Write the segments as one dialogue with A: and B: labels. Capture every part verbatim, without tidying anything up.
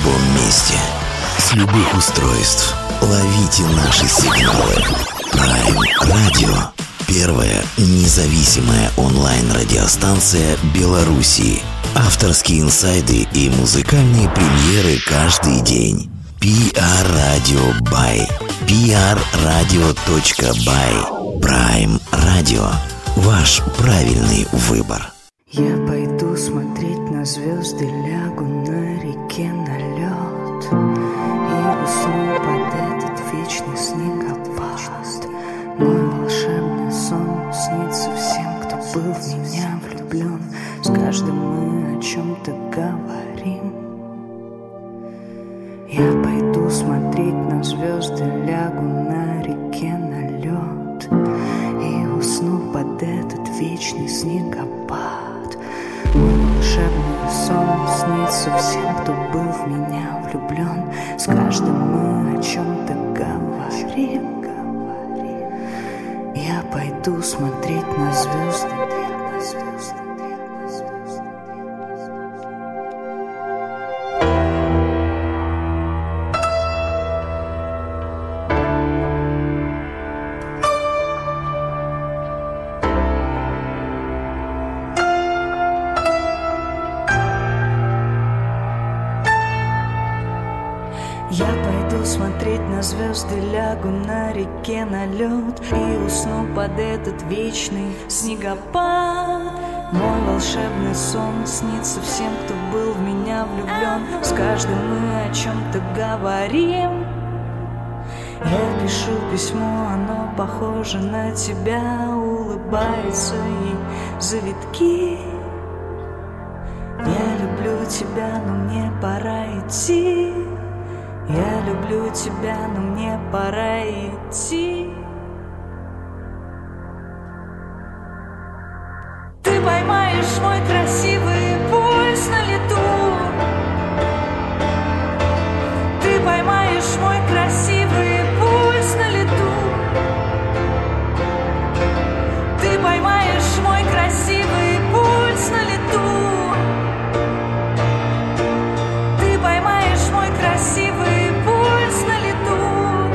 A: любом месте, с любых устройств. Ловите наши сигналы. Prime Radio. Первая независимая онлайн-радиостанция Беларуси. Авторские инсайды и музыкальные премьеры каждый день. пи ар Radio by пи ар радио точка бай. Prime Radio. Ваш правильный выбор.
B: Я пойду смотреть на звезды, лягу на реке на лед и усну под этот вечный снегопад. Мой волшебный сон снится всем, кто был в меня влюблен. С каждым мы о чем-то говорим. Я пойду смотреть на звезды, лягу на реке на лед и усну под этот вечный снегопад. Мой волшебный сон снится всем, кто был в меня влюблен. С каждым мы о чем-то говорим. Я пойду смотреть на звезды, на звезды. Я пойду смотреть на звезды, лягу на реке на лед и усну под этот вечный снегопад. Мой волшебный сон снится всем, кто был в меня влюблен. С каждым мы о чем-то говорим. Я пишу письмо, оно похоже на тебя, улыбается и завитки. Я люблю тебя, но мне пора идти. Я люблю тебя, но мне пора идти. Ты поймаешь мой красивый пульс на лету. Ты поймаешь мой красивый пульс на лету. Ты поймаешь мой красивый пульс на лету. Ты поймаешь мой красивый пульс на лету.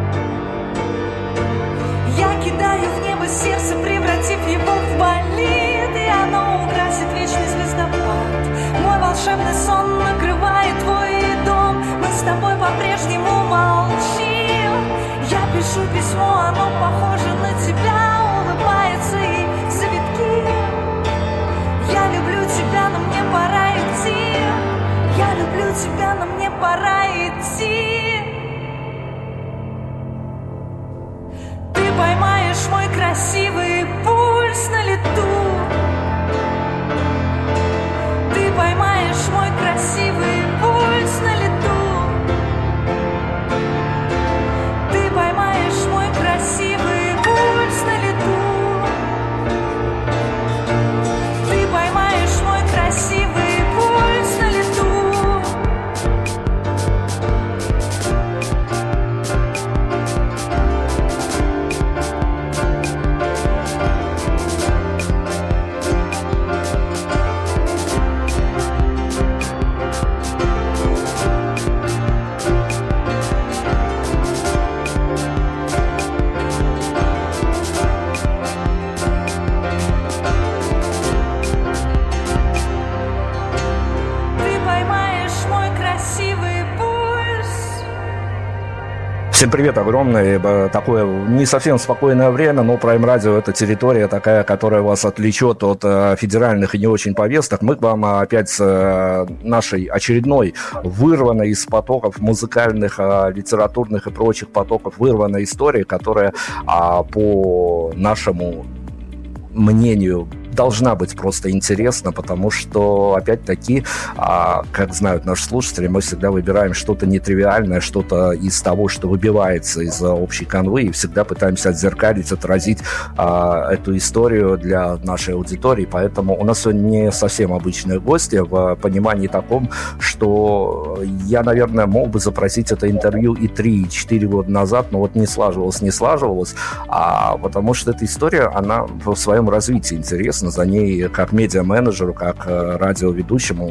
B: Я кидаю в небо сердце, превратив его в болид, и оно украсит вечный звездопад. Мой волшебный сон накрывает твой дом. Мы с тобой по-прежнему молчим. Я пишу письмо, оно похоже на тебя, улыбается и завитки. Я люблю тебя, но мне пора идти. Я люблю тебя, но мне пора идти. Ты поймаешь мой красивый пульс на лету. Ты поймаешь мой красивый пульс на лету. Ты поймаешь мой красивый пульс на лету. Ты поймаешь мой красивый пульс на лету.
C: Всем привет огромное. Такое не совсем спокойное время, но Prime Radio — это территория такая, которая вас отвлечет от федеральных и не очень повесток. Мы к вам опять с нашей очередной вырванной из потоков музыкальных, литературных и прочих потоков вырванной истории, которая по нашему мнению должна быть просто интересна, потому что, опять-таки, а, как знают наши слушатели, мы всегда выбираем что-то нетривиальное, что-то из того, что выбивается из общей канвы, и всегда пытаемся отзеркалить, отразить а, эту историю для нашей аудитории. Поэтому у нас сегодня не совсем обычные гости в понимании таком, что я, наверное, мог бы запросить это интервью и три-четыре года назад, но вот не слаживалось, не слаживалось, а, потому что эта история, она в своем развитии интересна. За ней, как медиа-менеджеру, как радиоведущему,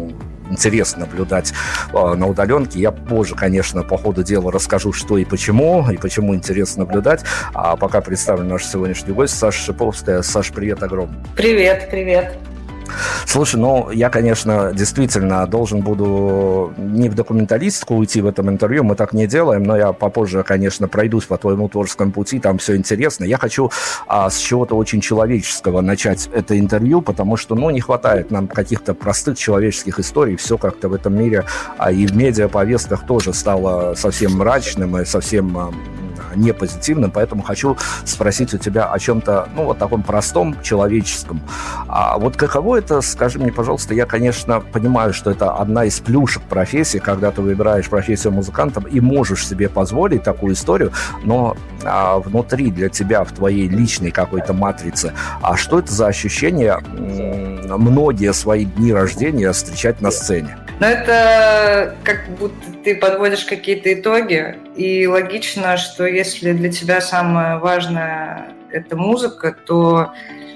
C: интересно наблюдать на удаленке. Я позже, конечно, по ходу дела расскажу, что и почему, и почему интересно наблюдать. А пока представлю нашу сегодняшнюю гостью, Саша Шиповская. Саш, привет огромный.
D: Привет, привет.
C: Слушай, ну, я, конечно, действительно должен буду не в документалистику уйти в этом интервью, мы так не делаем, но я попозже, конечно, пройдусь по твоему творческому пути, там все интересно. Я хочу а, с чего-то очень человеческого начать это интервью, потому что, ну, не хватает нам каких-то простых человеческих историй, все как-то в этом мире, а и в медиаповестках тоже стало совсем мрачным и совсем... А, не позитивным, поэтому хочу спросить у тебя о чем-то, ну, вот таком простом, человеческом. А вот каково это, скажи мне, пожалуйста, я, конечно, понимаю, что это одна из плюшек профессии, когда ты выбираешь профессию музыкантом и можешь себе позволить такую историю, но а, внутри для тебя, в твоей личной какой-то матрице, а что это за ощущение м- многие свои дни рождения встречать на сцене?
D: Ну, это как будто ты подводишь какие-то итоги, и логично, что если для тебя самое важное – это музыка, то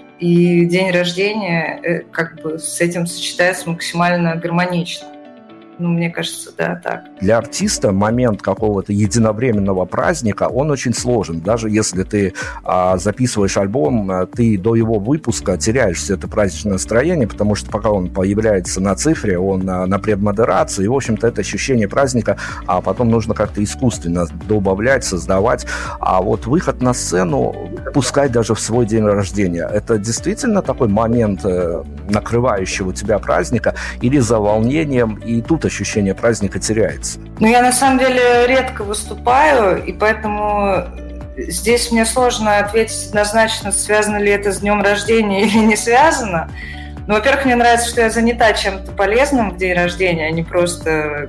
D: и день рождения как бы с этим сочетается максимально гармонично. Ну, мне кажется, да, так.
C: Для артиста момент какого-то единовременного праздника, он очень сложен. Даже если ты а, записываешь альбом, ты до его выпуска теряешь все это праздничное настроение, потому что пока он появляется на цифре, он а, на предмодерации, и, в общем-то, это ощущение праздника, а потом нужно как-то искусственно добавлять, создавать. А вот выход на сцену, пускай даже в свой день рождения, это действительно такой момент э, накрывающего тебя праздника, или за волнением, и тут ощущение праздника теряется?
D: Ну, я на самом деле редко выступаю, и поэтому здесь мне сложно ответить однозначно, связано ли это с днем рождения или не связано. Ну, во-первых, мне нравится, что я занята чем-то полезным в день рождения, а не просто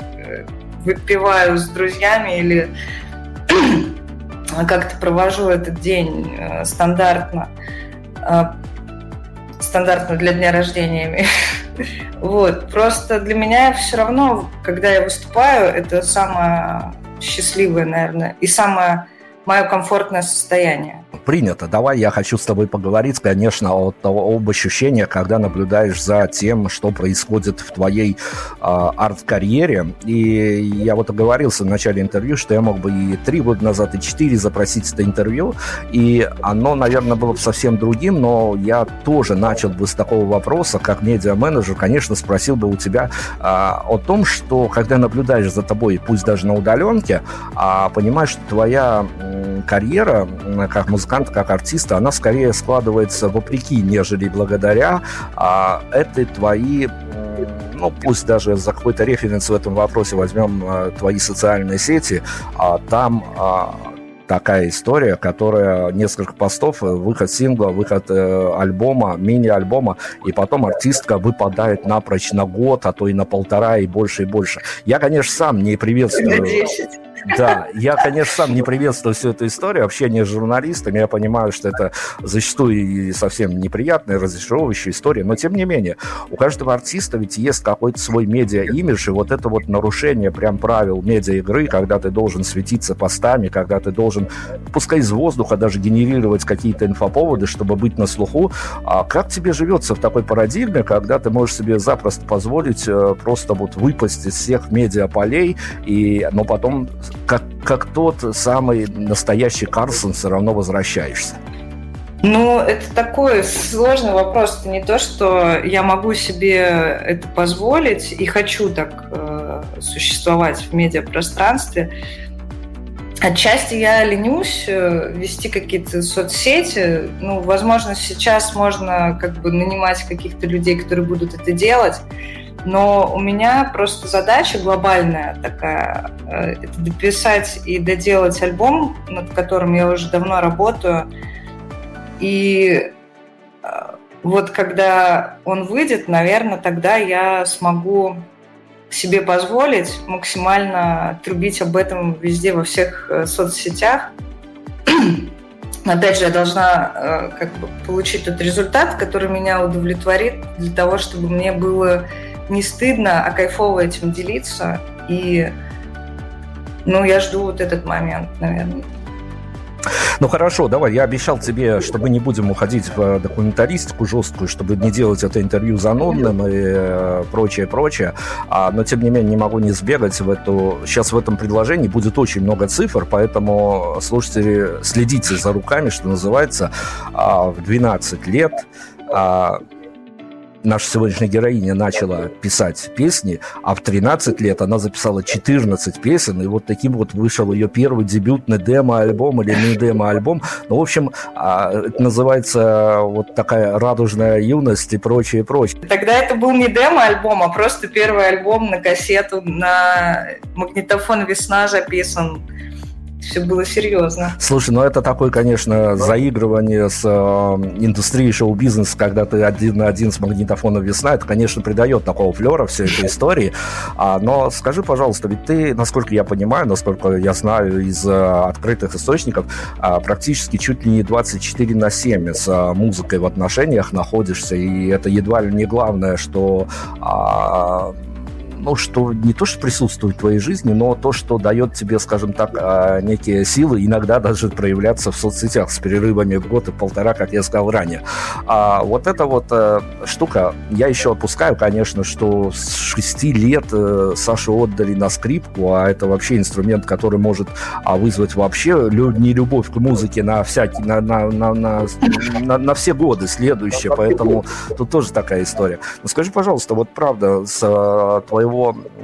D: выпиваю с друзьями или как-то провожу этот день стандартно. Стандартно для дня рождения. Вот. Просто для меня все равно, когда я выступаю, это самое счастливое, наверное, и самое мое комфортное состояние.
C: Принято. Давай я хочу с тобой поговорить, конечно, о, об ощущениях, когда наблюдаешь за тем, что происходит в твоей э, арт-карьере. И я вот оговорился в начале интервью, что я мог бы и три года назад, и четыре запросить это интервью, и оно, наверное, было бы совсем другим, но я тоже начал бы с такого вопроса, как медиа-менеджер, конечно, спросил бы у тебя э, о том, что когда наблюдаешь за тобой, пусть даже на удаленке, э, понимаешь, что твоя э, карьера как музыкант, как артиста, она скорее складывается вопреки, нежели благодаря. А это твои, ну, пусть даже за какой-то референс в этом вопросе возьмем а, твои социальные сети, а там а, такая история, которая несколько постов, выход сингла, выход э, альбома, мини-альбома, и потом артистка выпадает напрочь на год, а то и на полтора, и больше, и больше. Я, конечно, сам не приветствую... Да, я, конечно, сам не приветствую всю эту историю, общение с журналистами, я понимаю, что это зачастую и совсем неприятная, разочаровывающая история, но тем не менее, у каждого артиста ведь есть какой-то свой медиа-имидж, и вот это вот нарушение прям правил медиа-игры, когда ты должен светиться постами, когда ты должен, пускай из воздуха даже генерировать какие-то инфоповоды, чтобы быть на слуху. А как тебе живется в такой парадигме, когда ты можешь себе запросто позволить просто вот выпасть из всех медиаполей, и, но потом... Как, как тот самый настоящий Карлсон все равно возвращаешься?
D: Ну, это такой сложный вопрос. Это не то, что я могу себе это позволить и хочу так э, существовать в медиапространстве. Отчасти я ленюсь э, вести какие-то соцсети. Ну, возможно, сейчас можно как бы нанимать каких-то людей, которые будут это делать. Но у меня просто задача глобальная такая, это дописать и доделать альбом, над которым я уже давно работаю. И вот когда он выйдет, наверное, тогда я смогу себе позволить максимально трубить об этом везде, во всех соцсетях. Опять же, я должна как бы получить тот результат, который меня удовлетворит, для того, чтобы мне было не стыдно, а кайфово этим делиться. И, ну, я жду вот этот момент, наверное.
C: Ну хорошо, давай, я обещал тебе, что мы не будем уходить в документалистику жесткую, чтобы не делать это интервью занудным и э, прочее, прочее. А, но тем не менее не могу не сбегать в эту... Сейчас в этом предложении будет очень много цифр, поэтому слушатели, следите за руками, что называется. А, в двенадцать лет... А, наша сегодняшняя героиня начала писать песни, а в тринадцать лет она записала четырнадцать песен, и вот таким вот вышел ее первый дебютный демо-альбом или не демо-альбом. Ну, в общем, это называется вот такая радужная юность и прочее, прочее.
D: Тогда это был не демо-альбом, а просто первый альбом на кассету, на магнитофон «Весна» записан. Все было серьезно.
C: Слушай, ну это такое, конечно, заигрывание с э, индустрией шоу-бизнеса, когда ты один на один с магнитофоном «Весна», это, конечно, придает такого флера всей этой истории. А, но скажи, пожалуйста, ведь ты, насколько я понимаю, насколько я знаю из э, открытых источников, э, практически чуть ли не двадцать четыре на семь с э, музыкой в отношениях находишься, и это едва ли не главное, что... Э, ну, что не то, что присутствует в твоей жизни, но то, что дает тебе, скажем так, некие силы, иногда даже проявляться в соцсетях с перерывами в год и полтора, как я сказал ранее. А вот эта вот штука, я еще отпускаю, конечно, что с шести лет Сашу отдали на скрипку, а это вообще инструмент, который может вызвать вообще нелюбовь к музыке на всякие, на, на, на, на, на, на все годы следующие, поэтому тут тоже такая история. Но скажи, пожалуйста, вот правда, с твоего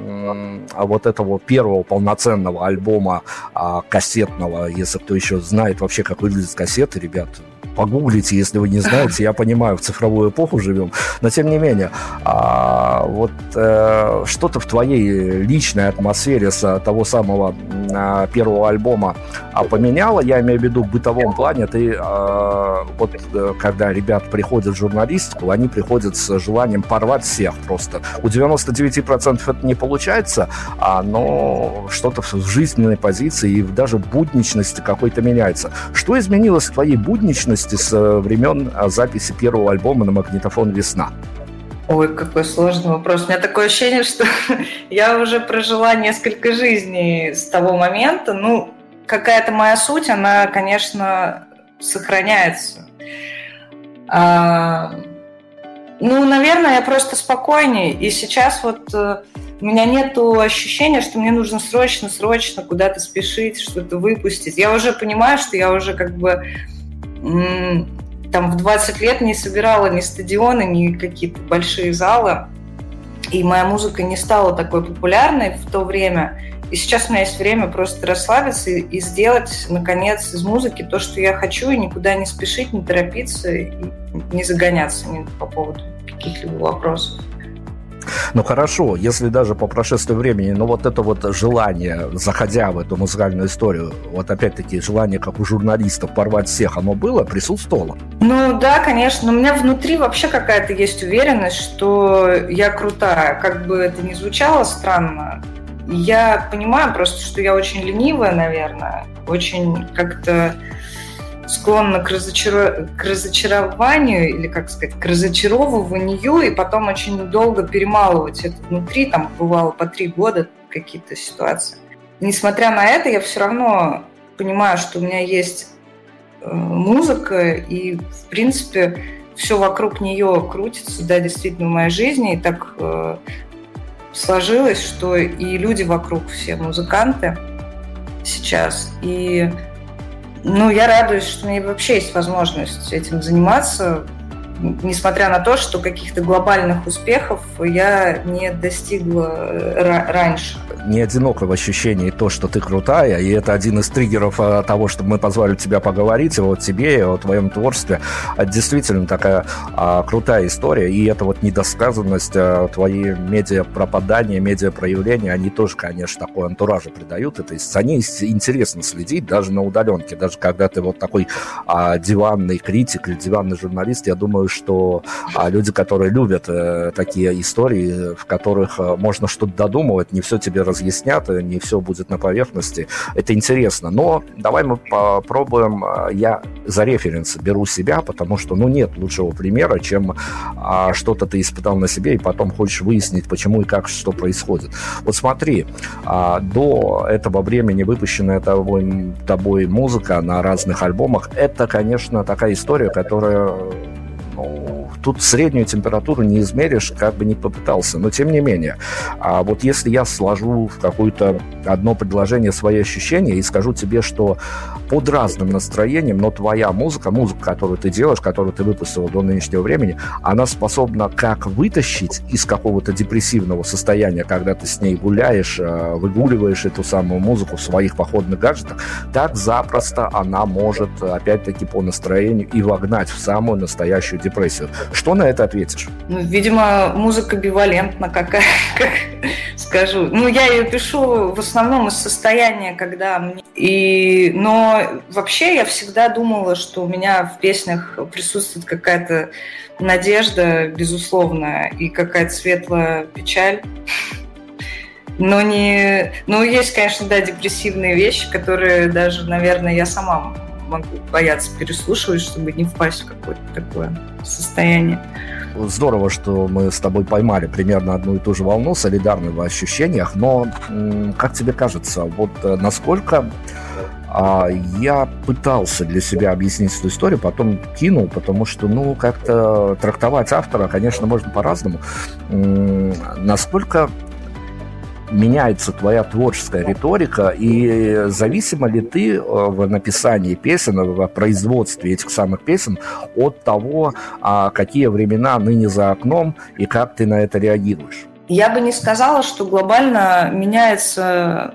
C: а вот этого первого полноценного альбома а, кассетного, если кто еще знает вообще, как выглядят кассеты, ребят, погуглите, если вы не знаете, я понимаю, в цифровую эпоху живем, но тем не менее, а, вот э, что-то в твоей личной атмосфере с того самого а, первого альбома а, поменяло, я имею в виду в бытовом плане, ты а, вот когда ребят приходят в журналистику, они приходят с желанием порвать всех просто. У девяносто девять процентов это не получается, а, но что-то в жизненной позиции и даже в будничности какой-то меняется. Что изменилось в твоей будничности с времен записи первого альбома на магнитофон «Весна»?
D: Ой, какой сложный вопрос. У меня такое ощущение, что я уже прожила несколько жизней с того момента. Ну, какая-то моя суть, она, конечно, сохраняется. А, ну, наверное, я просто спокойнее. И сейчас вот у меня нет ощущения, что мне нужно срочно-срочно куда-то спешить, что-то выпустить. Я уже понимаю, что я уже как бы... там в двадцать лет не собирала ни стадионы, ни какие-то большие залы, и моя музыка не стала такой популярной в то время. И сейчас у меня есть время просто расслабиться и, и сделать, наконец, из музыки то, что я хочу, и никуда не спешить, не торопиться, и не загоняться ни по поводу каких-либо вопросов.
C: Ну хорошо, если даже по прошествии времени, но вот это вот желание, заходя в эту музыкальную историю, вот опять-таки желание, как у журналистов, порвать всех, оно было, присутствовало?
D: Ну да, конечно, но у меня внутри вообще какая-то есть уверенность, что я крутая, как бы это ни звучало странно. Я понимаю просто, что я очень ленивая, наверное, очень как-то склонна к, разочаров... к разочарованию, или, как сказать, к разочаровыванию, и потом очень долго перемалывать это внутри, там бывало по три года какие-то ситуации. Несмотря на это, я все равно понимаю, что у меня есть музыка, и, в принципе, все вокруг нее крутится, да, действительно, в моей жизни, и так э, сложилось, что и люди вокруг все музыканты сейчас, и ну, я радуюсь, что у меня вообще есть возможность этим заниматься, несмотря на то, что каких-то глобальных успехов я не достигла раньше.
C: Не одиноко в ощущении то, что ты крутая, и это один из триггеров того, чтобы мы позвали тебя поговорить о тебе, и о твоем творчестве. Это действительно такая а, крутая история, и это вот недосказанность, а, твои медиапропадания, медиапроявления, они тоже, конечно, такой антураж придают этой сцене. Интересно следить даже на удаленке, даже когда ты вот такой а, диванный критик или диванный журналист, я думаю, что а, люди, которые любят э, такие истории, в которых э, можно что-то додумывать, не все тебе разъяснят, не все будет на поверхности, это интересно. Но давай мы попробуем, я за референс беру себя, потому что, ну, нет лучшего примера, чем а, что-то ты испытал на себе, и потом хочешь выяснить, почему и как, что происходит. Вот смотри, а, до этого времени выпущенная тобой, тобой музыка на разных альбомах, это, конечно, такая история, которая, ну, тут среднюю температуру не измеришь, как бы ни попытался. Но тем не менее, а вот если я сложу в какое-то одно предложение свои ощущения и скажу тебе, что под разным настроением, но твоя музыка, музыка, которую ты делаешь, которую ты выпустил до нынешнего времени, она способна как вытащить из какого-то депрессивного состояния, когда ты с ней гуляешь, выгуливаешь эту самую музыку в своих походных гаджетах, так запросто она может, опять-таки, по настроению и вогнать в самую настоящую депрессию. Что на это ответишь?
D: Ну, видимо, музыка бивалентна, какая, как скажу. Ну, я ее пишу в основном из состояния, когда мне... И... Но вообще я всегда думала, что у меня в песнях присутствует какая-то надежда, безусловно, и какая-то светлая печаль. Но не... Ну, есть, конечно, да, депрессивные вещи, которые даже, наверное, я сама могу бояться переслушивать, чтобы не впасть в какое-то такое состояние.
C: Здорово, что мы с тобой поймали примерно одну и ту же волну, солидарны в ощущениях, но как тебе кажется, вот насколько а, я пытался для себя объяснить эту историю, потом кинул, потому что, ну, как-то трактовать автора, конечно, можно по-разному. М- насколько меняется твоя творческая риторика, и зависима ли ты в написании песен, в производстве этих самых песен от того, какие времена ныне за окном и как ты на это реагируешь?
D: Я бы не сказала, что глобально меняется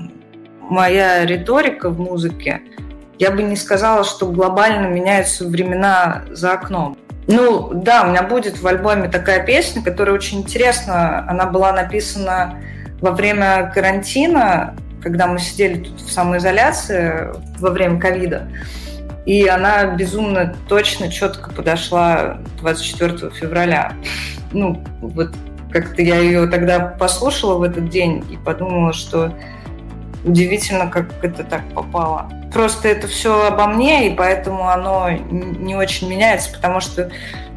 D: моя риторика в музыке. Я бы не сказала, что глобально меняются времена за окном. Ну, да, у меня будет в альбоме такая песня, которая очень интересна. Она была написана во время карантина, когда мы сидели тут в самоизоляции во время ковида, и она безумно точно, четко подошла двадцать четвёртого февраля. Ну, вот как-то я ее тогда послушала в этот день и подумала, что удивительно, как это так попало. Просто это все обо мне, и поэтому оно не очень меняется, потому что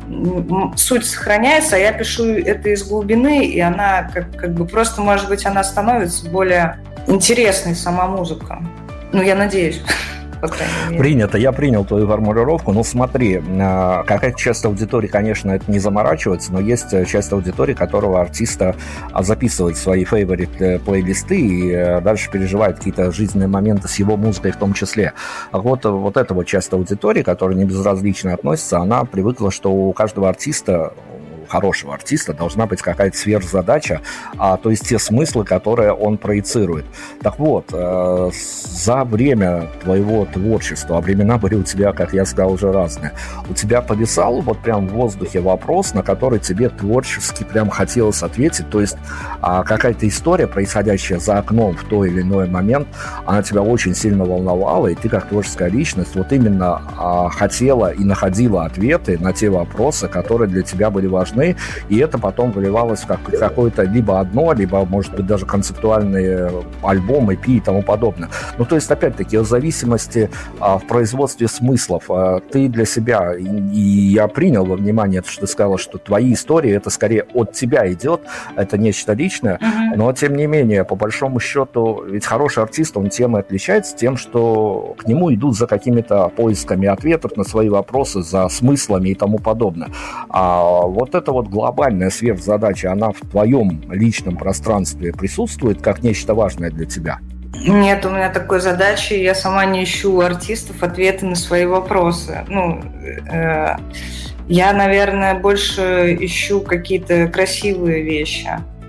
D: суть сохраняется, а я пишу это из глубины, и она как, как бы просто, может быть, она становится более интересной, сама музыка. Ну, я надеюсь.
C: Принято, я принял твою формулировку. Ну, смотри, какая-то часть аудитории, конечно, это не заморачивается, но есть часть аудитории, которого артиста записывает свои фейворит плейлисты и дальше переживает какие-то жизненные моменты с его музыкой в том числе. Вот, вот эта вот часть аудитории, которая не безразлично относится, она привыкла, что у каждого артиста, хорошего артиста, должна быть какая-то сверхзадача, а, то есть те смыслы, которые он проецирует. Так вот, э, за время твоего творчества, а времена были у тебя, как я сказал, уже разные, у тебя повисал вот прям в воздухе вопрос, на который тебе творчески прям хотелось ответить, то есть а, какая-то история, происходящая за окном в той или иной момент, она тебя очень сильно волновала, и ты как творческая личность вот именно а, хотела и находила ответы на те вопросы, которые для тебя были важны, и это потом выливалось в как, какое-то либо одно, либо, может быть, даже концептуальные альбомы, и пи и тому подобное. Ну, то есть, опять-таки, в зависимости а, в производстве смыслов а, ты для себя, и, и я принял во внимание, что ты сказала, что твои истории, это скорее от тебя идет, это нечто личное, mm-hmm. но, тем не менее, по большому счету, ведь хороший артист, он тем и отличается тем, что к нему идут за какими-то поисками ответов на свои вопросы, за смыслами и тому подобное. А вот это вот глобальная сверхзадача, она в твоем личном пространстве присутствует как нечто важное для тебя?
D: Нет, у меня такой задачи, я сама не ищу у артистов ответы на свои вопросы. Ну, э, я, наверное, больше ищу какие-то красивые вещи,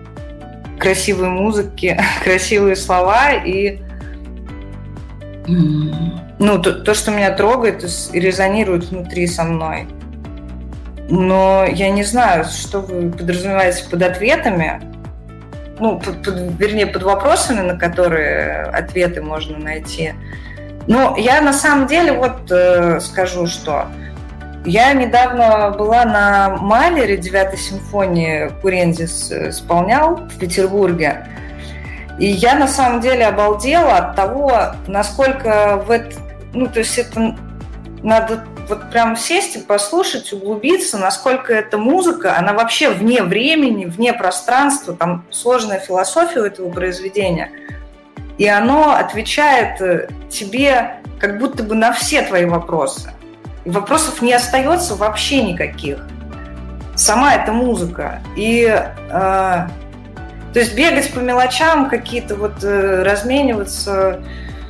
D: красивые музыки, красивые слова и ну, то, то, что меня трогает и резонирует внутри со мной. Но я не знаю, что вы подразумеваете под ответами, ну, под, под, вернее, под вопросами, на которые ответы можно найти. Но я на самом деле вот э, скажу, что Я недавно была на Малере, девятой симфонии Курензис исполнял в Петербурге. И я на самом деле обалдела от того, насколько в это... Ну, то есть это надо вот прям сесть и послушать, углубиться, насколько эта музыка, она вообще вне времени, вне пространства, там сложная философия у этого произведения. И оно отвечает тебе как будто бы на все твои вопросы. И вопросов не остается вообще никаких. Сама эта музыка. И э, то есть бегать по мелочам, какие-то вот э, размениваться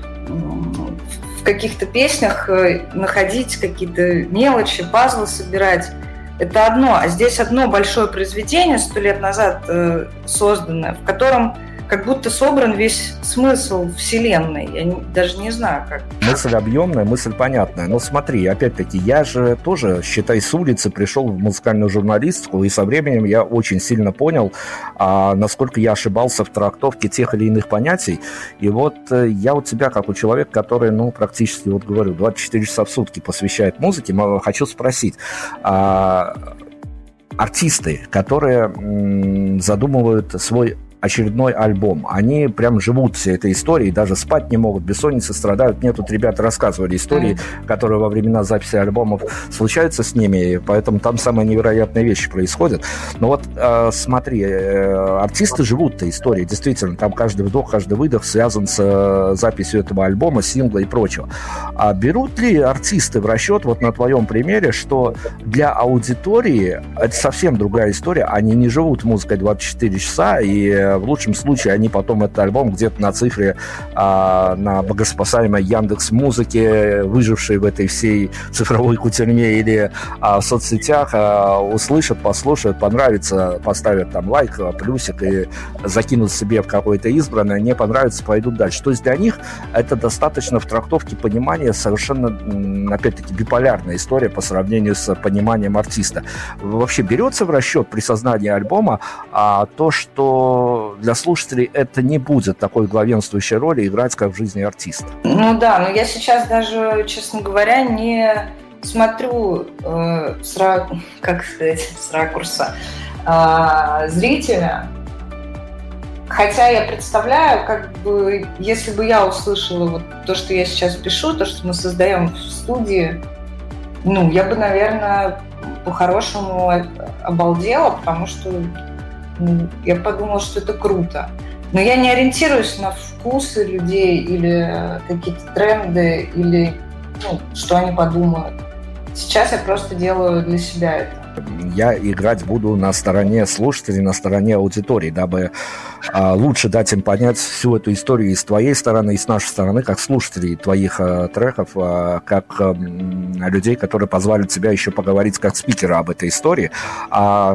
D: в каких-то песнях, э, находить какие-то мелочи, пазлы собирать. Это одно. А здесь одно большое произведение, сто лет назад э, созданное, в котором как будто собран весь смысл Вселенной. Я не, даже не знаю, как.
C: Мысль объемная, мысль понятная. Но смотри, опять-таки, я же тоже, считай, с улицы пришел в музыкальную журналистику, и со временем я очень сильно понял, а, насколько я ошибался в трактовке тех или иных понятий. И вот я у тебя, как у человека, который, ну, практически, вот говорю, двадцать четыре часа в сутки посвящает музыке, хочу спросить, а, артисты, которые м, задумывают свой очередной альбом. Они прям живут всей этой историей, даже спать не могут, бессонницы страдают. Мне тут ребята рассказывали истории, mm. которые во времена записи альбомов случаются с ними, поэтому там самые невероятные вещи происходят. Но вот э, смотри, э, артисты живут этой историей, действительно, там каждый вдох, каждый выдох связан с э, записью этого альбома, сингла и прочего. А берут ли артисты в расчет, вот на твоем примере, что для аудитории это совсем другая история, они не живут музыкой двадцать четыре часа, и в лучшем случае они потом этот альбом где-то на цифре, а, на богоспасаемой Яндекс.Музыке, выжившей в этой всей цифровой кутерьме, или а, в соцсетях а, услышат, послушают, понравится, поставят там лайк, плюсик и закинут себе в какое-то избранное, не понравится, пойдут дальше. То есть для них это достаточно в трактовке понимания совершенно, опять-таки, биполярная история по сравнению с пониманием артиста. Вообще берется в расчет при создании альбома а, то, что для слушателей это не будет такой главенствующей роли играть, как в жизни артиста.
D: Ну да, но я сейчас даже, честно говоря, не смотрю э, с, как сказать, с ракурса э, зрителя. Хотя я представляю, как бы, если бы я услышала вот то, что я сейчас пишу, то, что мы создаем в студии, ну, я бы, наверное, по-хорошему обалдела, потому что я подумала, что это круто. Но я не ориентируюсь на вкусы людей или какие-то тренды, или ну, что они подумают. Сейчас я просто делаю для себя это.
C: Я играть буду на стороне слушателей, на стороне аудитории, дабы а, лучше дать им понять всю эту историю и с твоей стороны, и с нашей стороны, как слушателей твоих а, треков, а, как а, людей, которые позвали тебя еще поговорить как спикера об этой истории. А,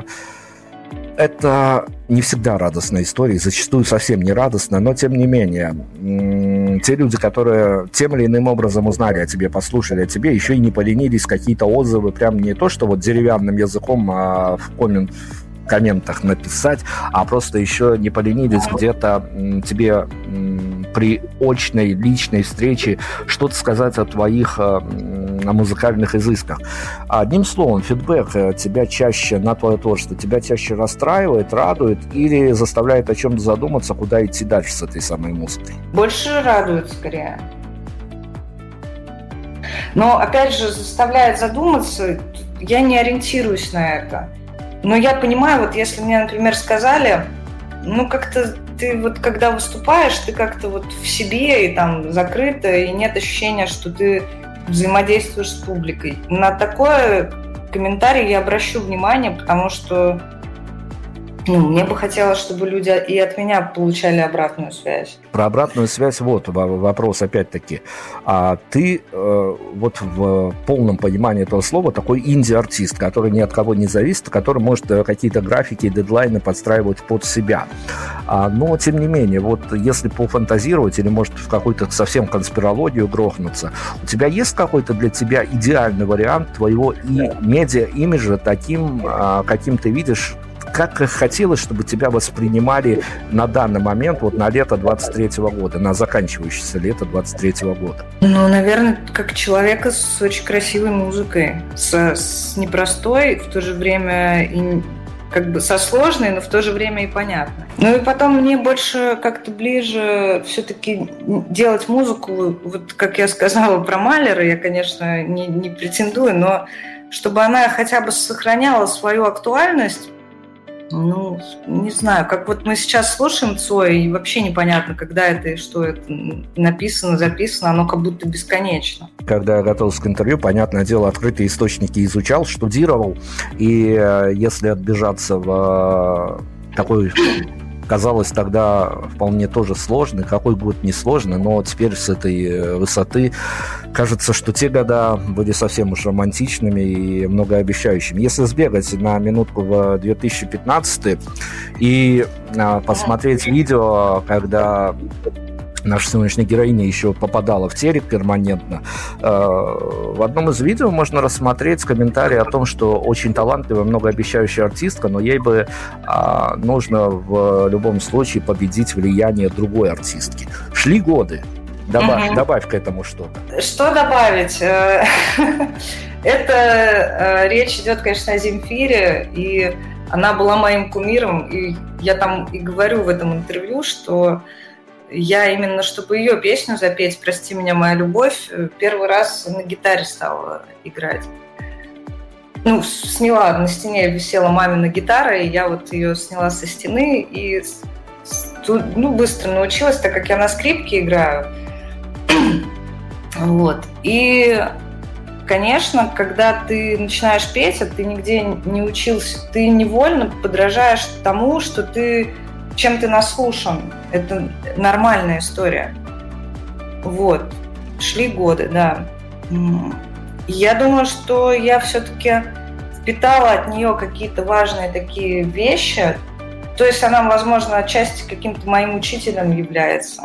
C: Это не всегда радостная история, зачастую совсем не радостная, но тем не менее, те люди, которые тем или иным образом узнали о тебе, послушали о тебе, еще и не поленились какие-то отзывы, прям не то, что вот деревянным языком а в коммент в комментах написать, а просто еще не поленились где-то тебе при очной личной встрече что-то сказать о твоих о музыкальных изысках. Одним словом, фидбэк тебя чаще на твое творчество, тебя чаще расстраивает, радует или заставляет о чем-то задуматься, куда идти дальше с этой самой музыкой?
D: Больше радует, скорее. Но, опять же, заставляет задуматься, я не ориентируюсь на это. Но я понимаю, вот если мне, например, сказали, ну, как-то ты вот когда выступаешь, ты как-то вот в себе и там закрыто, и нет ощущения, что ты взаимодействуешь с публикой. На такой комментарий я обращу внимание, потому что ну, мне бы хотелось, чтобы люди и от меня получали обратную связь.
C: Про обратную связь вот вопрос опять-таки. А ты э, вот в полном понимании этого слова такой инди-артист, который ни от кого не зависит, который может какие-то графики, дедлайны подстраивать под себя. А, но, тем не менее, вот если пофантазировать или, может, в какую-то совсем конспирологию грохнуться, у тебя есть какой-то для тебя идеальный вариант твоего и медиа-имиджа таким, каким ты видишь как хотелось, чтобы тебя воспринимали на данный момент, вот на лето двадцать третьего года, на заканчивающееся лето двадцать третьего года?
D: Ну, наверное, как человека с очень красивой музыкой, с, с непростой, в то же время и как бы со сложной, но в то же время и понятной. Ну и потом мне больше как-то ближе все-таки делать музыку, вот как я сказала про Малера, я, конечно, не, не претендую, но чтобы она хотя бы сохраняла свою актуальность. Ну, не знаю, как вот мы сейчас слушаем Цоя, и вообще непонятно, когда это и что это написано, записано, оно как будто бесконечно.
C: Когда я готовился к интервью, понятное дело, открытые источники изучал, штудировал, и если отбежаться в такой, казалось тогда вполне тоже сложный, какой год не сложный, но теперь с этой высоты кажется, что те года были совсем уж романтичными и многообещающими. Если сбегать на минутку в две тысячи пятнадцатый и а, посмотреть видео, когда наша сегодняшняя героиня еще попадала в телек перманентно, в одном из видео можно рассмотреть комментарий о том, что очень талантливая, многообещающая артистка, но ей бы нужно в любом случае победить влияние другой артистки. Шли годы. Добавь, угу. добавь к этому что-то.
D: Что добавить? Это речь идет, конечно, о Земфире, и она была моим кумиром, и я там и говорю в этом интервью, что я именно, чтобы ее песню запеть «Прости меня, моя любовь», первый раз на гитаре стала играть. Ну, сняла, на стене висела мамина гитара, и я вот ее сняла со стены, и ну, быстро научилась, так как я на скрипке играю. Вот. И, конечно, когда ты начинаешь петь, а ты нигде не учился, ты невольно подражаешь тому, что ты, чем ты наслушан. Это нормальная история. Вот. Шли годы, да. Я думаю, что я все-таки впитала от нее какие-то важные такие вещи. То есть она, возможно, отчасти каким-то моим учителем является.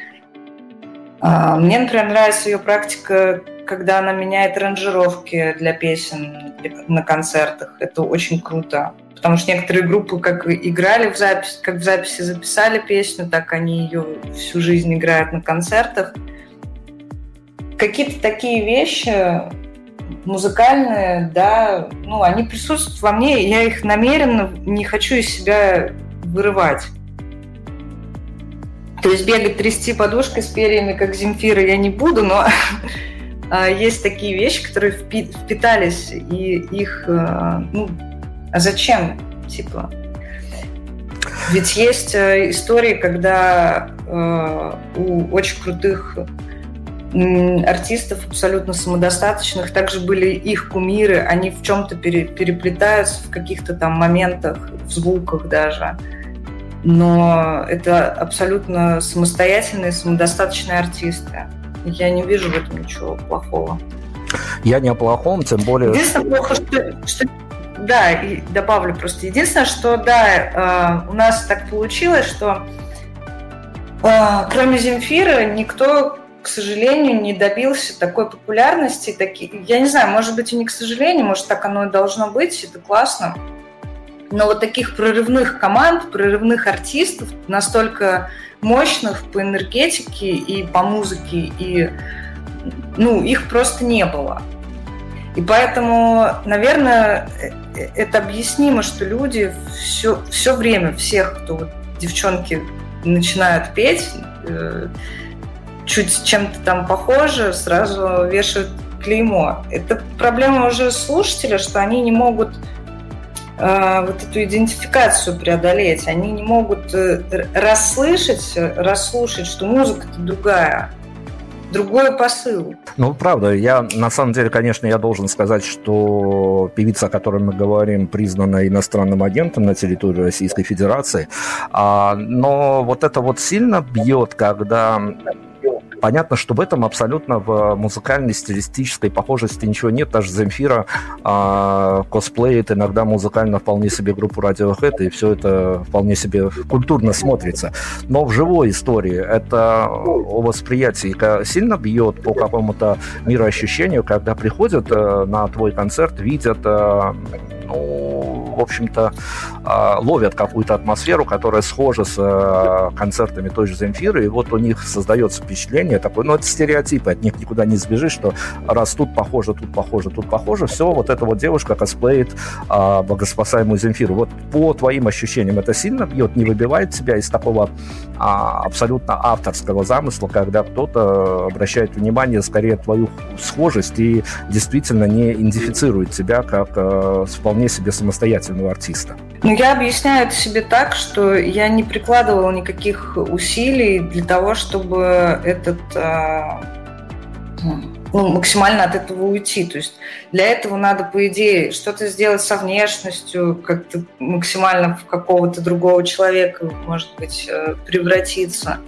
D: Мне, например, нравится ее практика, когда она меняет аранжировки для песен на концертах. Это очень круто. Потому что некоторые группы как играли в запись, как в записи записали песню, так они ее всю жизнь играют на концертах. Какие-то такие вещи музыкальные, да, ну, они присутствуют во мне, и я их намеренно не хочу из себя вырывать. То есть бегать, трясти подушкой с перьями, как Земфира, я не буду, но есть такие вещи, которые впитались, и их, ну, а зачем, типа? Ведь есть истории, когда у очень крутых артистов, абсолютно самодостаточных, также были их кумиры, они в чем-то переплетаются в каких-то там моментах, в звуках даже. Но это абсолютно самостоятельные, самодостаточные артисты. Я не вижу в этом ничего плохого.
C: Я не о плохом, тем более...
D: Единственное плохо, что... что да, и добавлю просто. Единственное, что, да, у нас так получилось, что кроме Земфиры никто, к сожалению, не добился такой популярности. Таки... Я не знаю, может быть, и не к сожалению, может, так оно и должно быть, это классно. Но вот таких прорывных команд, прорывных артистов, настолько мощных по энергетике и по музыке, и, ну, их просто не было. И поэтому, наверное, это объяснимо, что люди все, все время, всех, кто вот, девчонки начинают петь, чуть чем-то там похоже, сразу вешают клеймо. Это проблема уже слушателя, что они не могут вот эту идентификацию преодолеть. Они не могут расслышать, расслушать, что музыка-то другая, другой посыл.
C: Ну, правда, я, на самом деле, конечно, я должен сказать, что певица, о которой мы говорим, признана иностранным агентом на территории Российской Федерации, но вот это вот сильно бьет, когда... Понятно, что в этом абсолютно в музыкальной, стилистической похожести ничего нет. Даже Земфира э, косплеит иногда музыкально вполне себе группу Radiohead, и все это вполне себе культурно смотрится. Но в живой истории это о восприятии сильно бьет по какому-то мироощущению, когда приходят э, на твой концерт, видят... Э, ну, в общем-то, ловят какую-то атмосферу, которая схожа с концертами той же Земфиры, и вот у них создается впечатление такое, ну, это стереотипы, от них никуда не сбежишь, что раз тут похоже, тут похоже, тут похоже, все, вот эта вот девушка косплеит а, богоспасаемую Земфиру. Вот по твоим ощущениям это сильно бьет, не выбивает тебя из такого а, абсолютно авторского замысла, когда кто-то обращает внимание скорее твою схожесть и действительно не идентифицирует тебя как а, вполне себе самостоятельного артиста?
D: Ну, я объясняю это себе так, что я не прикладывала никаких усилий для того, чтобы этот, ну, максимально от этого уйти. То есть для этого надо, по идее, что-то сделать со внешностью, как-то максимально в какого-то другого человека, может быть, превратиться.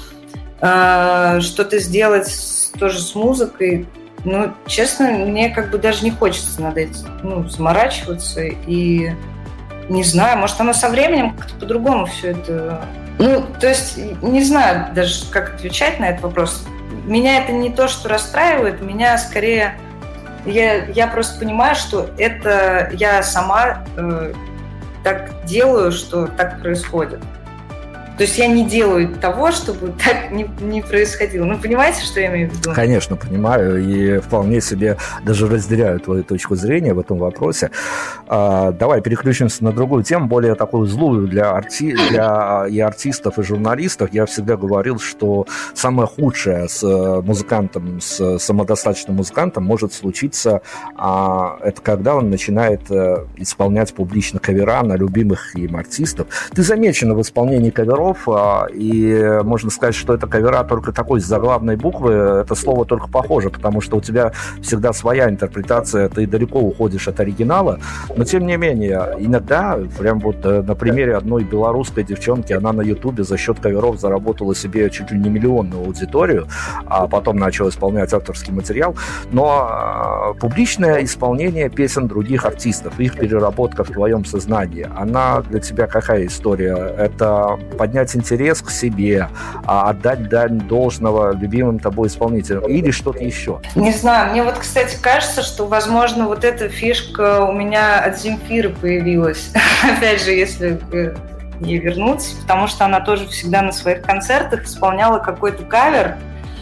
D: Что-то сделать тоже с музыкой. Ну, честно, мне как бы даже не хочется над этим, ну, заморачиваться и... Не знаю, может, оно со временем как-то по-другому все это... Ну, то есть, не знаю даже, как отвечать на этот вопрос. Меня это не то, что расстраивает, меня скорее... Я, я просто понимаю, что это я сама э, так делаю, что так происходит. То есть я не делаю того, чтобы так не, не происходило. Ну, понимаете, что я имею в виду?
C: Конечно, понимаю, и вполне себе даже разделяю твою точку зрения в этом вопросе. А, давай переключимся на другую тему, более такую злую для, арти... для и артистов, и журналистов. Я всегда говорил, что самое худшее с музыкантом, с самодостаточным музыкантом может случиться, а, это когда он начинает а, исполнять публично кавера на любимых им артистов. Ты замечена в исполнении каверов, и можно сказать, что это кавера только такой с заглавной буквы, это слово только похоже, потому что у тебя всегда своя интерпретация, ты далеко уходишь от оригинала, но тем не менее, иногда, прям вот на примере одной белорусской девчонки, она на Ютубе за счет каверов заработала себе чуть ли не миллионную аудиторию, а потом начала исполнять авторский материал, но публичное исполнение песен других артистов, их переработка в твоем сознании, она для тебя какая история? Это поднять интерес к себе, отдать дань должного любимым тобой исполнителям или что-то еще?
D: Не знаю, мне вот, кстати, кажется, что, возможно, вот эта фишка у меня от Земфиры появилась. Опять же, если ей вернуться, потому что она тоже всегда на своих концертах исполняла какой-то кавер.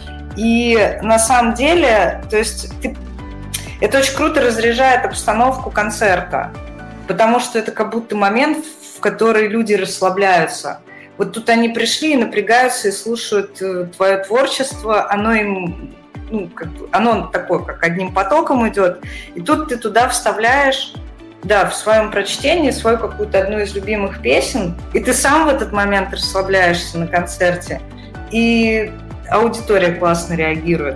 D: И на самом деле, то есть ты... это очень круто разряжает обстановку концерта, потому что это как будто момент, в который люди расслабляются. Вот тут они пришли и напрягаются, и слушают твое творчество, оно им, ну, как бы, оно такое, как одним потоком идет, и тут ты туда вставляешь, да, в своем прочтении свою какую-то одну из любимых песен, и ты сам в этот момент расслабляешься на концерте, и аудитория классно реагирует.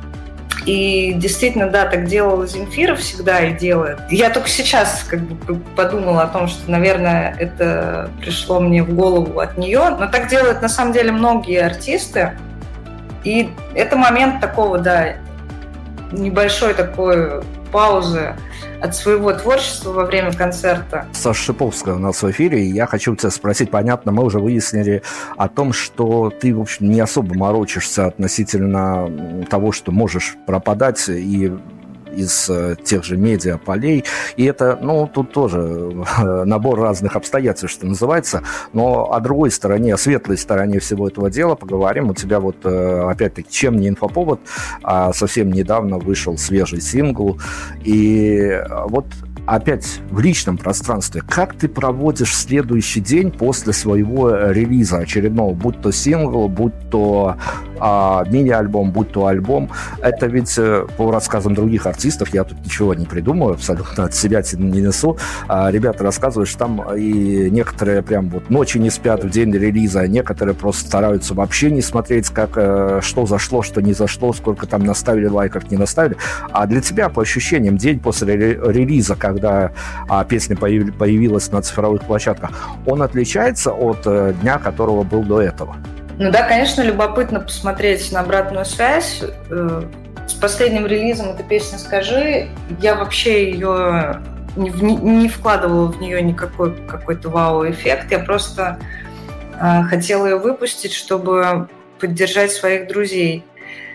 D: И действительно, да, так делала Земфира всегда и делает. Я только сейчас как бы подумала о том, что, наверное, это пришло мне в голову от нее. Но так делают на самом деле многие артисты. И это момент такого, да, небольшой такой паузы от своего творчества во время концерта.
C: Саша Шиповская у нас в эфире, и я хочу тебя спросить, понятно, мы уже выяснили о том, что ты, в общем, не особо морочишься относительно того, что можешь пропадать и из тех же медиаполей, и это, ну, тут тоже набор разных обстоятельств, что называется, но о другой стороне, о светлой стороне всего этого дела поговорим. У тебя вот, опять-таки, чем не инфоповод, а совсем недавно вышел свежий сингл, и вот опять в личном пространстве, как ты проводишь следующий день после своего релиза очередного, будь то сингл, будь то а, мини-альбом, будь то альбом? Это ведь по рассказам других артистов, я тут ничего не придумаю, абсолютно от себя не несу. А, ребята рассказывают, что там и некоторые прям вот ночи не спят в день релиза, а некоторые просто стараются вообще не смотреть, как, что зашло, что не зашло, сколько там наставили лайков, не наставили. А для тебя, по ощущениям, день после релиза, как когда а, песня появ, появилась на цифровых площадках, он отличается от э, дня, которого был до этого?
D: Ну да, конечно, любопытно посмотреть на обратную связь. Э, с последним релизом этой песни «Скажи», я вообще ее не, не, не вкладывала в нее никакой какой-то вау-эффект. Я просто э, хотела ее выпустить, чтобы поддержать своих друзей.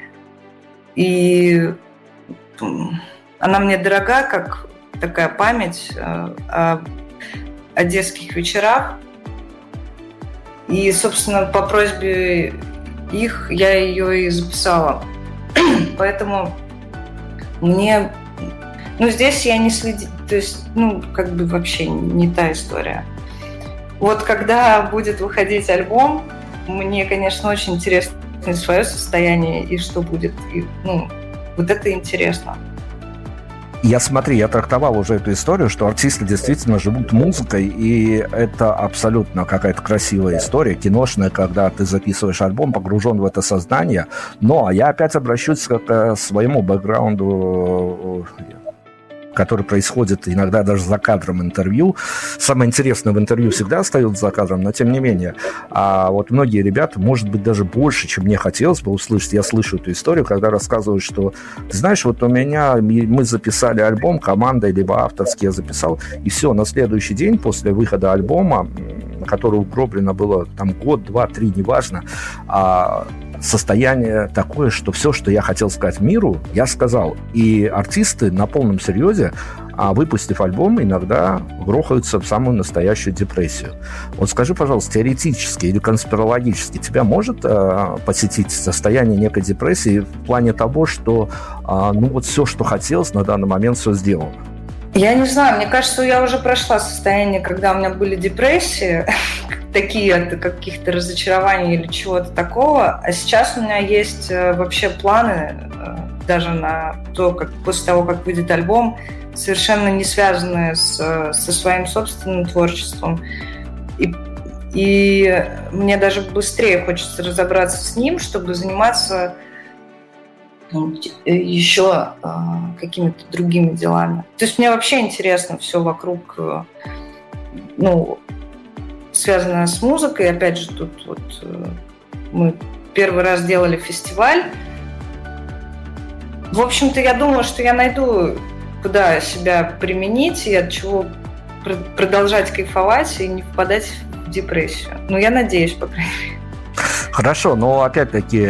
D: И она мне дорога, как такая память. А одесских вечерах. И, собственно, по просьбе их я ее и записала. Поэтому мне... Ну, здесь я не следила... То есть, ну, как бы вообще не та история. Вот когда будет выходить альбом, мне, конечно, очень интересно свое состояние и что будет. И, ну, вот это интересно.
C: Я, смотри, я трактовал уже эту историю, что артисты действительно живут музыкой, и это абсолютно какая-то красивая история, киношная, когда ты записываешь альбом, погружен в это сознание. Но я опять обращусь к своему бэкграунду, который происходит иногда даже за кадром интервью. Самое интересное в интервью всегда остается за кадром, но тем не менее. А вот многие ребята, может быть, даже больше, чем мне хотелось бы услышать, я слышу эту историю, когда рассказывают, что, ты знаешь, вот у меня, мы записали альбом, командой, либо авторский я записал, и все, на следующий день после выхода альбома, который угроблено было там год, два, три, неважно, а состояние такое, что все, что я хотел сказать миру, я сказал. И артисты на полном серьезе, выпустив альбом, иногда грохаются в самую настоящую депрессию. Вот скажи, пожалуйста, теоретически или конспирологически тебя может э, посетить состояние некой депрессии в плане того, что э, ну вот все, что хотелось, на данный момент все сделано?
D: Я не знаю, мне кажется, я уже прошла состояние, когда у меня были депрессии, такие от каких-то разочарований или чего-то такого, а сейчас у меня есть вообще планы даже на то, как после того, как выйдет альбом, совершенно не связанные с, со своим собственным творчеством. И, и мне даже быстрее хочется разобраться с ним, чтобы заниматься еще э, какими-то другими делами. То есть мне вообще интересно все вокруг, э, ну, связанное с музыкой. Опять же, тут вот э, мы первый раз делали фестиваль. В общем-то, я думаю, что я найду, куда себя применить и от чего пр- продолжать кайфовать и не впадать в депрессию. Ну, я надеюсь, по крайней мере.
C: Хорошо, но опять-таки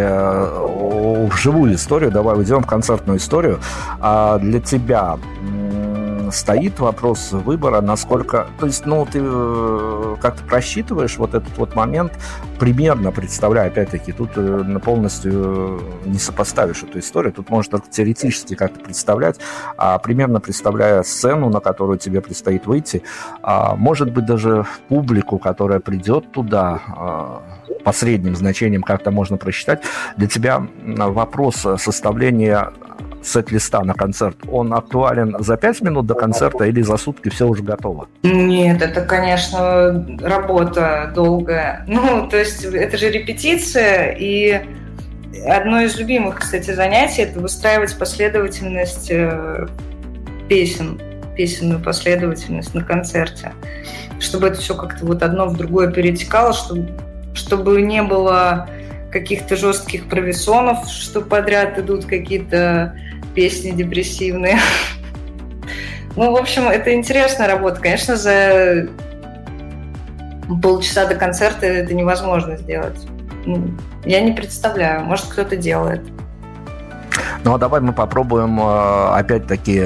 C: в живую историю, давай уйдем в концертную историю. А для тебя стоит вопрос выбора, насколько... То есть, ну, ты как-то просчитываешь вот этот вот момент, примерно представляя, опять-таки, тут полностью не сопоставишь эту историю, тут можно только теоретически как-то представлять, а примерно представляя сцену, на которую тебе предстоит выйти, а, может быть, даже публику, которая придет туда, а, по средним значениям как-то можно просчитать. Для тебя вопрос составления сет-листа на концерт, он актуален за пять минут до концерта или за сутки все уже готово?
D: Нет, это, конечно, работа долгая. Ну, то есть это же репетиция, и одно из любимых, кстати, занятий – это выстраивать последовательность песен, песенную последовательность на концерте, чтобы это все как-то вот одно в другое перетекало, чтобы, чтобы не было каких-то жестких провисонов, что подряд идут какие-то песни депрессивные. Ну, в общем, это интересная работа. Конечно, за полчаса до концерта это невозможно сделать. Я не представляю. Может, кто-то делает.
C: Ну, а давай мы попробуем опять-таки...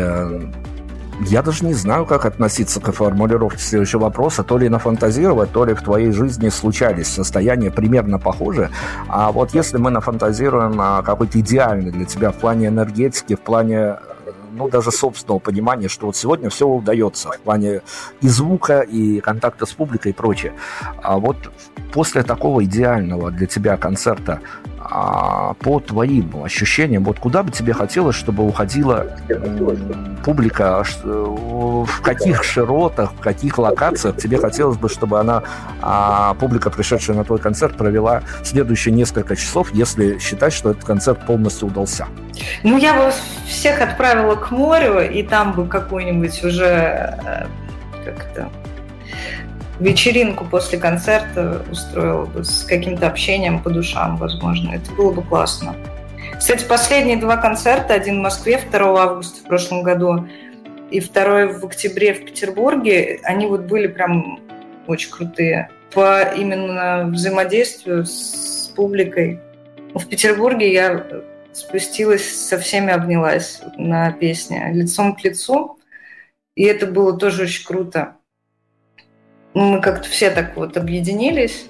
C: Я даже не знаю, как относиться к формулировке следующего вопроса. То ли нафантазировать, то ли в твоей жизни случались состояния примерно похожие. А вот если мы нафантазируем какой-то идеальный для тебя в плане энергетики, в плане, ну, даже собственного понимания, что вот сегодня все удается в плане и звука, и контакта с публикой и прочее. А вот после такого идеального для тебя концерта, а по твоим ощущениям, вот куда бы тебе хотелось, чтобы уходила публика, в каких широтах, в каких локациях тебе хотелось бы, чтобы она, а, публика, пришедшая на твой концерт, провела следующие несколько часов, если считать, что этот концерт полностью удался?
D: Ну, я бы всех отправила к морю, и там бы какую-нибудь уже как-то вечеринку после концерта устроила бы с каким-то общением по душам, возможно. Это было бы классно. Кстати, последние два концерта, один в Москве второго августа в прошлом году и второй в октябре в Петербурге, они вот были прям очень крутые по именно взаимодействию с публикой. В Петербурге я спустилась, со всеми обнялась на песне «Лицом к лицу», и это было тоже очень круто. мы как-то все так вот объединились.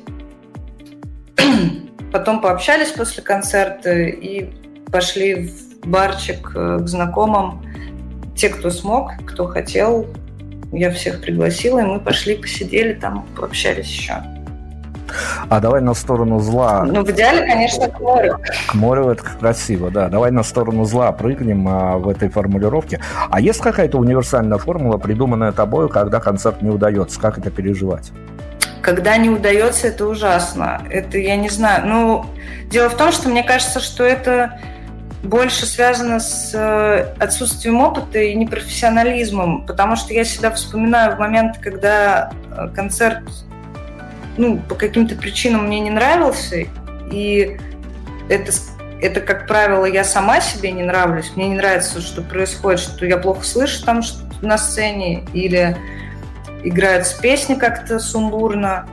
D: Потом пообщались после концерта и пошли в барчик к знакомым. Те, кто смог, кто хотел, я всех пригласила, и мы пошли, посидели там, пообщались еще.
C: А давай на сторону зла.
D: Ну, в идеале, конечно, к морю.
C: К морю это красиво, да. Давай на сторону зла прыгнем а, в этой формулировке. А есть какая-то универсальная формула, придуманная тобой, когда концерт не удается? Как это переживать?
D: Когда не удается, это ужасно. Это я не знаю. Ну, дело в том, что мне кажется, что это больше связано с отсутствием опыта и непрофессионализмом, потому что я всегда вспоминаю в момент, когда концерт, ну, по каким-то причинам мне не нравился, и это, это, как правило, я сама себе не нравлюсь, мне не нравится, что происходит, что я плохо слышу там на сцене, или играются песни как-то сумбурно.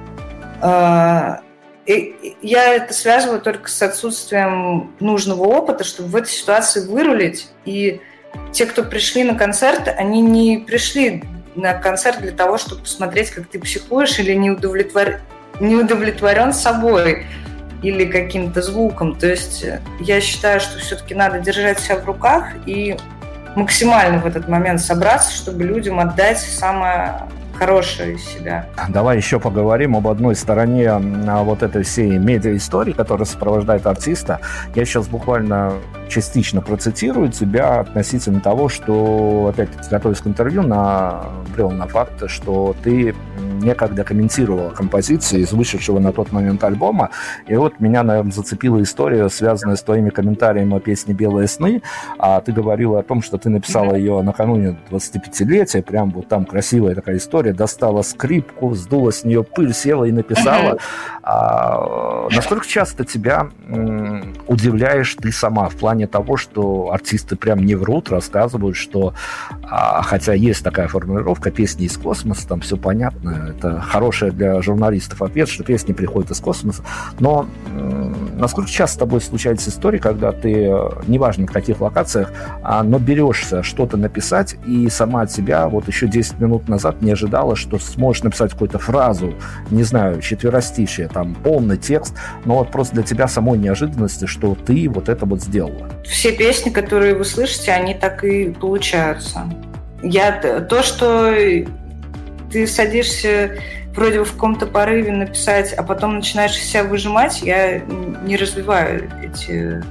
D: И я это связываю только с отсутствием нужного опыта, чтобы в этой ситуации вырулить. И те, кто пришли на концерт, они не пришли на концерт для того, чтобы посмотреть, как ты психуешь или не, удовлетвор... не удовлетворен собой или каким-то звуком. То есть я считаю, что все-таки надо держать себя в руках и максимально в этот момент собраться, чтобы людям отдать самое хорошее из себя.
C: Давай еще поговорим об одной стороне вот этой всей медиа-истории, которая сопровождает артиста. Я сейчас буквально частично процитирую тебя относительно того, что, опять-таки, готовясь к интервью, набрел на факт, что ты некогда комментировала композиции из вышедшего на тот момент альбома. И вот меня, наверное, зацепила история, связанная с твоими комментариями о песне «Белые сны». А ты говорила о том, что ты написала ее накануне двадцатипятилетия. Прям вот там красивая такая история. Достала скрипку, сдула с нее пыль, села и написала. А, насколько часто тебя м, удивляешь ты сама в плане того, что артисты прям не врут, рассказывают, что, а, хотя есть такая формулировка, песни из космоса, там все понятно, это хорошая для журналистов ответ, что песни приходят из космоса, но м, насколько часто с тобой случается история, когда ты, неважно в каких локациях, а, но берешься что-то написать и сама от себя вот еще десять минут назад не ожидала, что сможешь написать какую-то фразу, не знаю, четверостишие, там, полный текст, но вот просто для тебя самой неожиданности, что ты вот это вот сделала.
D: Все песни, которые вы слышите, они так и получаются. Я, то, что ты садишься вроде в каком-то порыве написать, а потом начинаешь из себя выжимать, я не развиваю эти...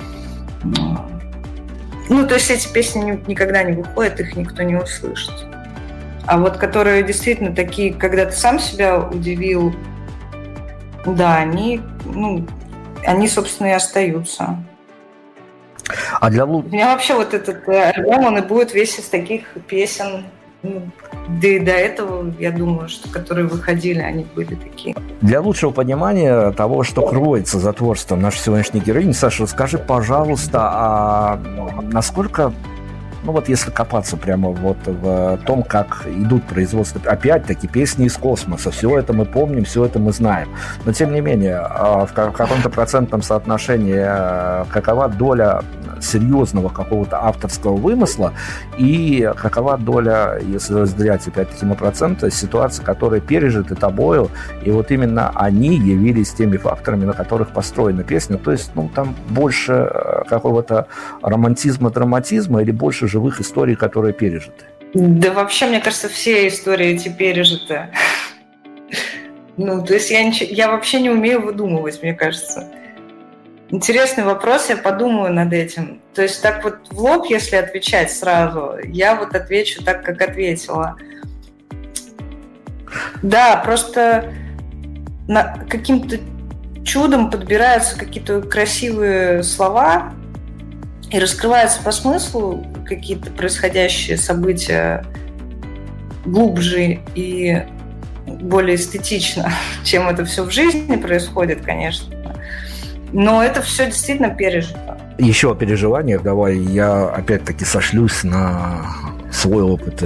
D: Ну, то есть эти песни никогда не выходят, их никто не услышит. А вот которые действительно такие, когда ты сам себя удивил, да, они, ну, они, собственно, и остаются.
C: А для...
D: У меня вообще вот этот альбом, он и будет весь из таких песен. Ну, да и до этого, я думаю, что которые выходили, они были такие.
C: Для лучшего понимания того, что кроется за творчеством нашей сегодняшней героини, Саша, расскажи, пожалуйста, а насколько... Ну вот если копаться прямо вот в том, как идут производства, опять-таки, песни из космоса, все это мы помним, все это мы знаем. Но тем не менее, в каком-то процентном соотношении какова доля серьезного какого-то авторского вымысла и какова доля, если разделять опять-таки на проценты, ситуации, которые пережиты тобою, и вот именно они явились теми факторами, на которых построена песня. То есть, ну, там больше какого-то романтизма, драматизма или больше живых историй, которые пережиты?
D: Да вообще, мне кажется, все истории эти пережиты. Ну, то есть я, ничего, я вообще не умею выдумывать, мне кажется. Интересный вопрос, я подумаю над этим. То есть так вот в лоб, если отвечать сразу, я вот отвечу так, как ответила. Да, просто на каким-то чудом подбираются какие-то красивые слова и раскрываются по смыслу какие-то происходящие события глубже и более эстетично, чем это все в жизни происходит, конечно. Но это все действительно пережито.
C: Еще о переживаниях давай я опять-таки сошлюсь на свой опыт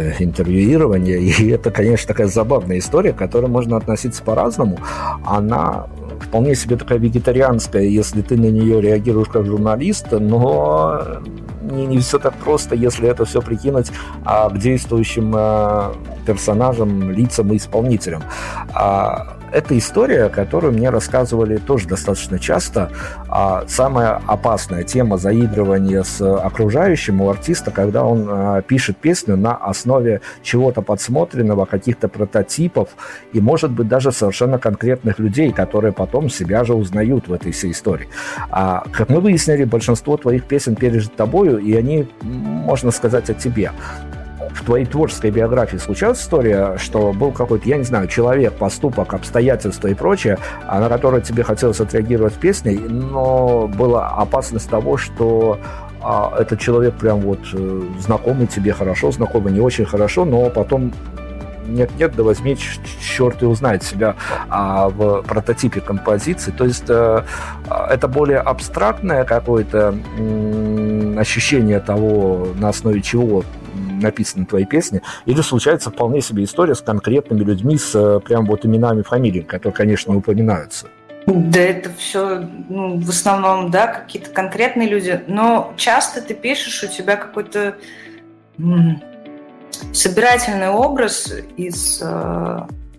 C: интервьюирования. И это, конечно, такая забавная история, к которой можно относиться по-разному. Она вполне себе такая вегетарианская, если ты на нее реагируешь как журналист, но не, не все так просто, если это все прикинуть а, к действующим а, персонажам, лицам и исполнителям. А, это история, которую мне рассказывали тоже достаточно часто. А, самая опасная тема заигрывания с окружающим у артиста, когда он а, пишет песню на основе чего-то подсмотренного, каких-то прототипов и, может быть, даже совершенно конкретных людей, которые потом себя же узнают в этой всей истории. А, как мы выяснили, большинство твоих песен пережит тобою, и они, можно сказать, о тебе. В твоей творческой биографии случалась история, что был какой-то, я не знаю, человек, поступок, обстоятельства и прочее, на которое тебе хотелось отреагировать в песне, но была опасность того, что а, этот человек прям вот знакомый тебе, хорошо знакомый, не очень хорошо, но потом нет-нет, да возьми, черт и узнает себя а, в прототипе композиции. То есть а, это более абстрактное какое-то м- ощущение того, на основе чего написаны твои песни, или случается вполне себе история с конкретными людьми, с прям вот именами, фамилиями, которые, конечно, не упоминаются.
D: Да, это все, ну, в основном, да, какие-то конкретные люди, но часто ты пишешь, у тебя какой-то м- собирательный образ из... Э-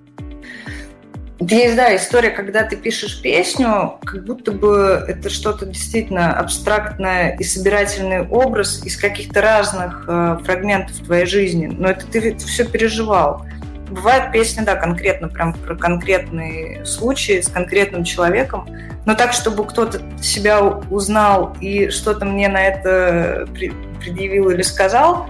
D: Есть, да, история, когда ты пишешь песню, как будто бы это что-то действительно абстрактное и собирательный образ из каких-то разных э, фрагментов твоей жизни, но это ты это все переживал. Бывают песни, да, конкретно, прям про конкретные случаи с конкретным человеком, но так, чтобы кто-то себя узнал и что-то мне на это предъявил или сказал,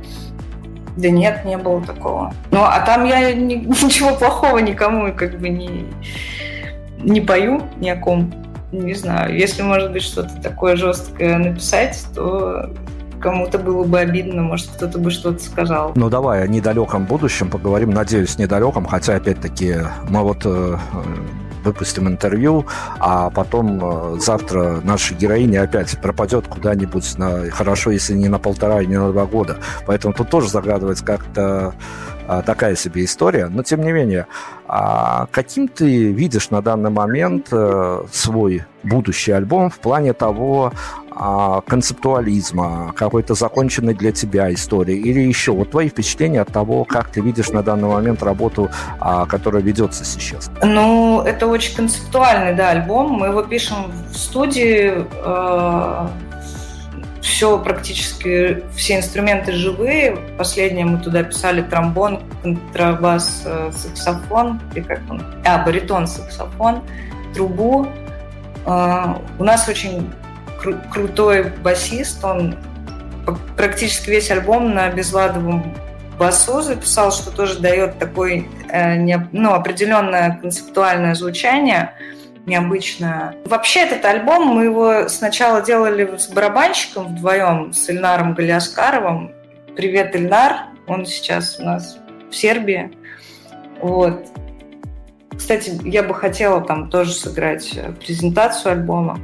D: да нет, не было такого. Ну, а там я ни, ничего плохого никому как бы не, не пою ни о ком. Не знаю. Если, может быть, что-то такое жесткое написать, то кому-то было бы обидно, может, кто-то бы что-то сказал.
C: Ну, давай о недалеком будущем поговорим. Надеюсь, недалеком, хотя, опять-таки, мы вот... Э, выпустим интервью, а потом завтра наша героиня опять пропадет куда-нибудь на, хорошо, если не на полтора и не на два года. Поэтому тут тоже загадывается как-то а, такая себе история. Но, тем не менее, а каким ты видишь на данный момент а, свой будущий альбом в плане того а, концептуализма, какой-то законченной для тебя истории или еще? Вот твои впечатления от того, как ты видишь на данный момент работу, а, которая ведется сейчас.
D: Ну, это очень концептуальный, да, альбом. Мы его пишем в студии. Э, все практически, все инструменты живые. Последнее мы туда писали тромбон, контрабас, э, саксофон, и как он? А, баритон, саксофон, трубу. Э, у нас очень кру- крутой басист. Он практически весь альбом на безладовом басу записал, что тоже дает такое э, не, ну, определенное концептуальное звучание, необычное. Вообще этот альбом мы его сначала делали с барабанщиком вдвоем, с Ильнаром Галиаскаровым. Привет, Ильнар, он сейчас у нас в Сербии. Вот. Кстати, я бы хотела там тоже сыграть презентацию альбома.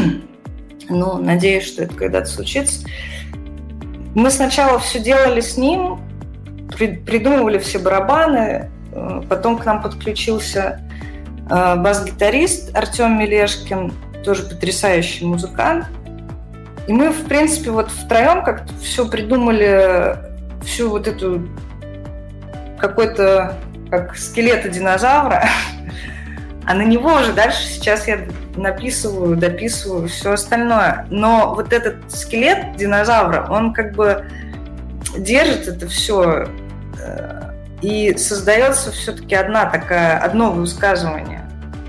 D: Ну, надеюсь, что это когда-то случится. Мы сначала все делали с ним, придумывали все барабаны, потом к нам подключился бас-гитарист Артем Мелешкин, тоже потрясающий музыкант. И мы, в принципе, вот втроем как-то все придумали, всю вот эту какой-то как скелета динозавра, а на него уже дальше сейчас я написываю, дописываю все остальное. Но вот этот скелет динозавра, он как бы держит это все, и создается все-таки одна такая, одно высказывание.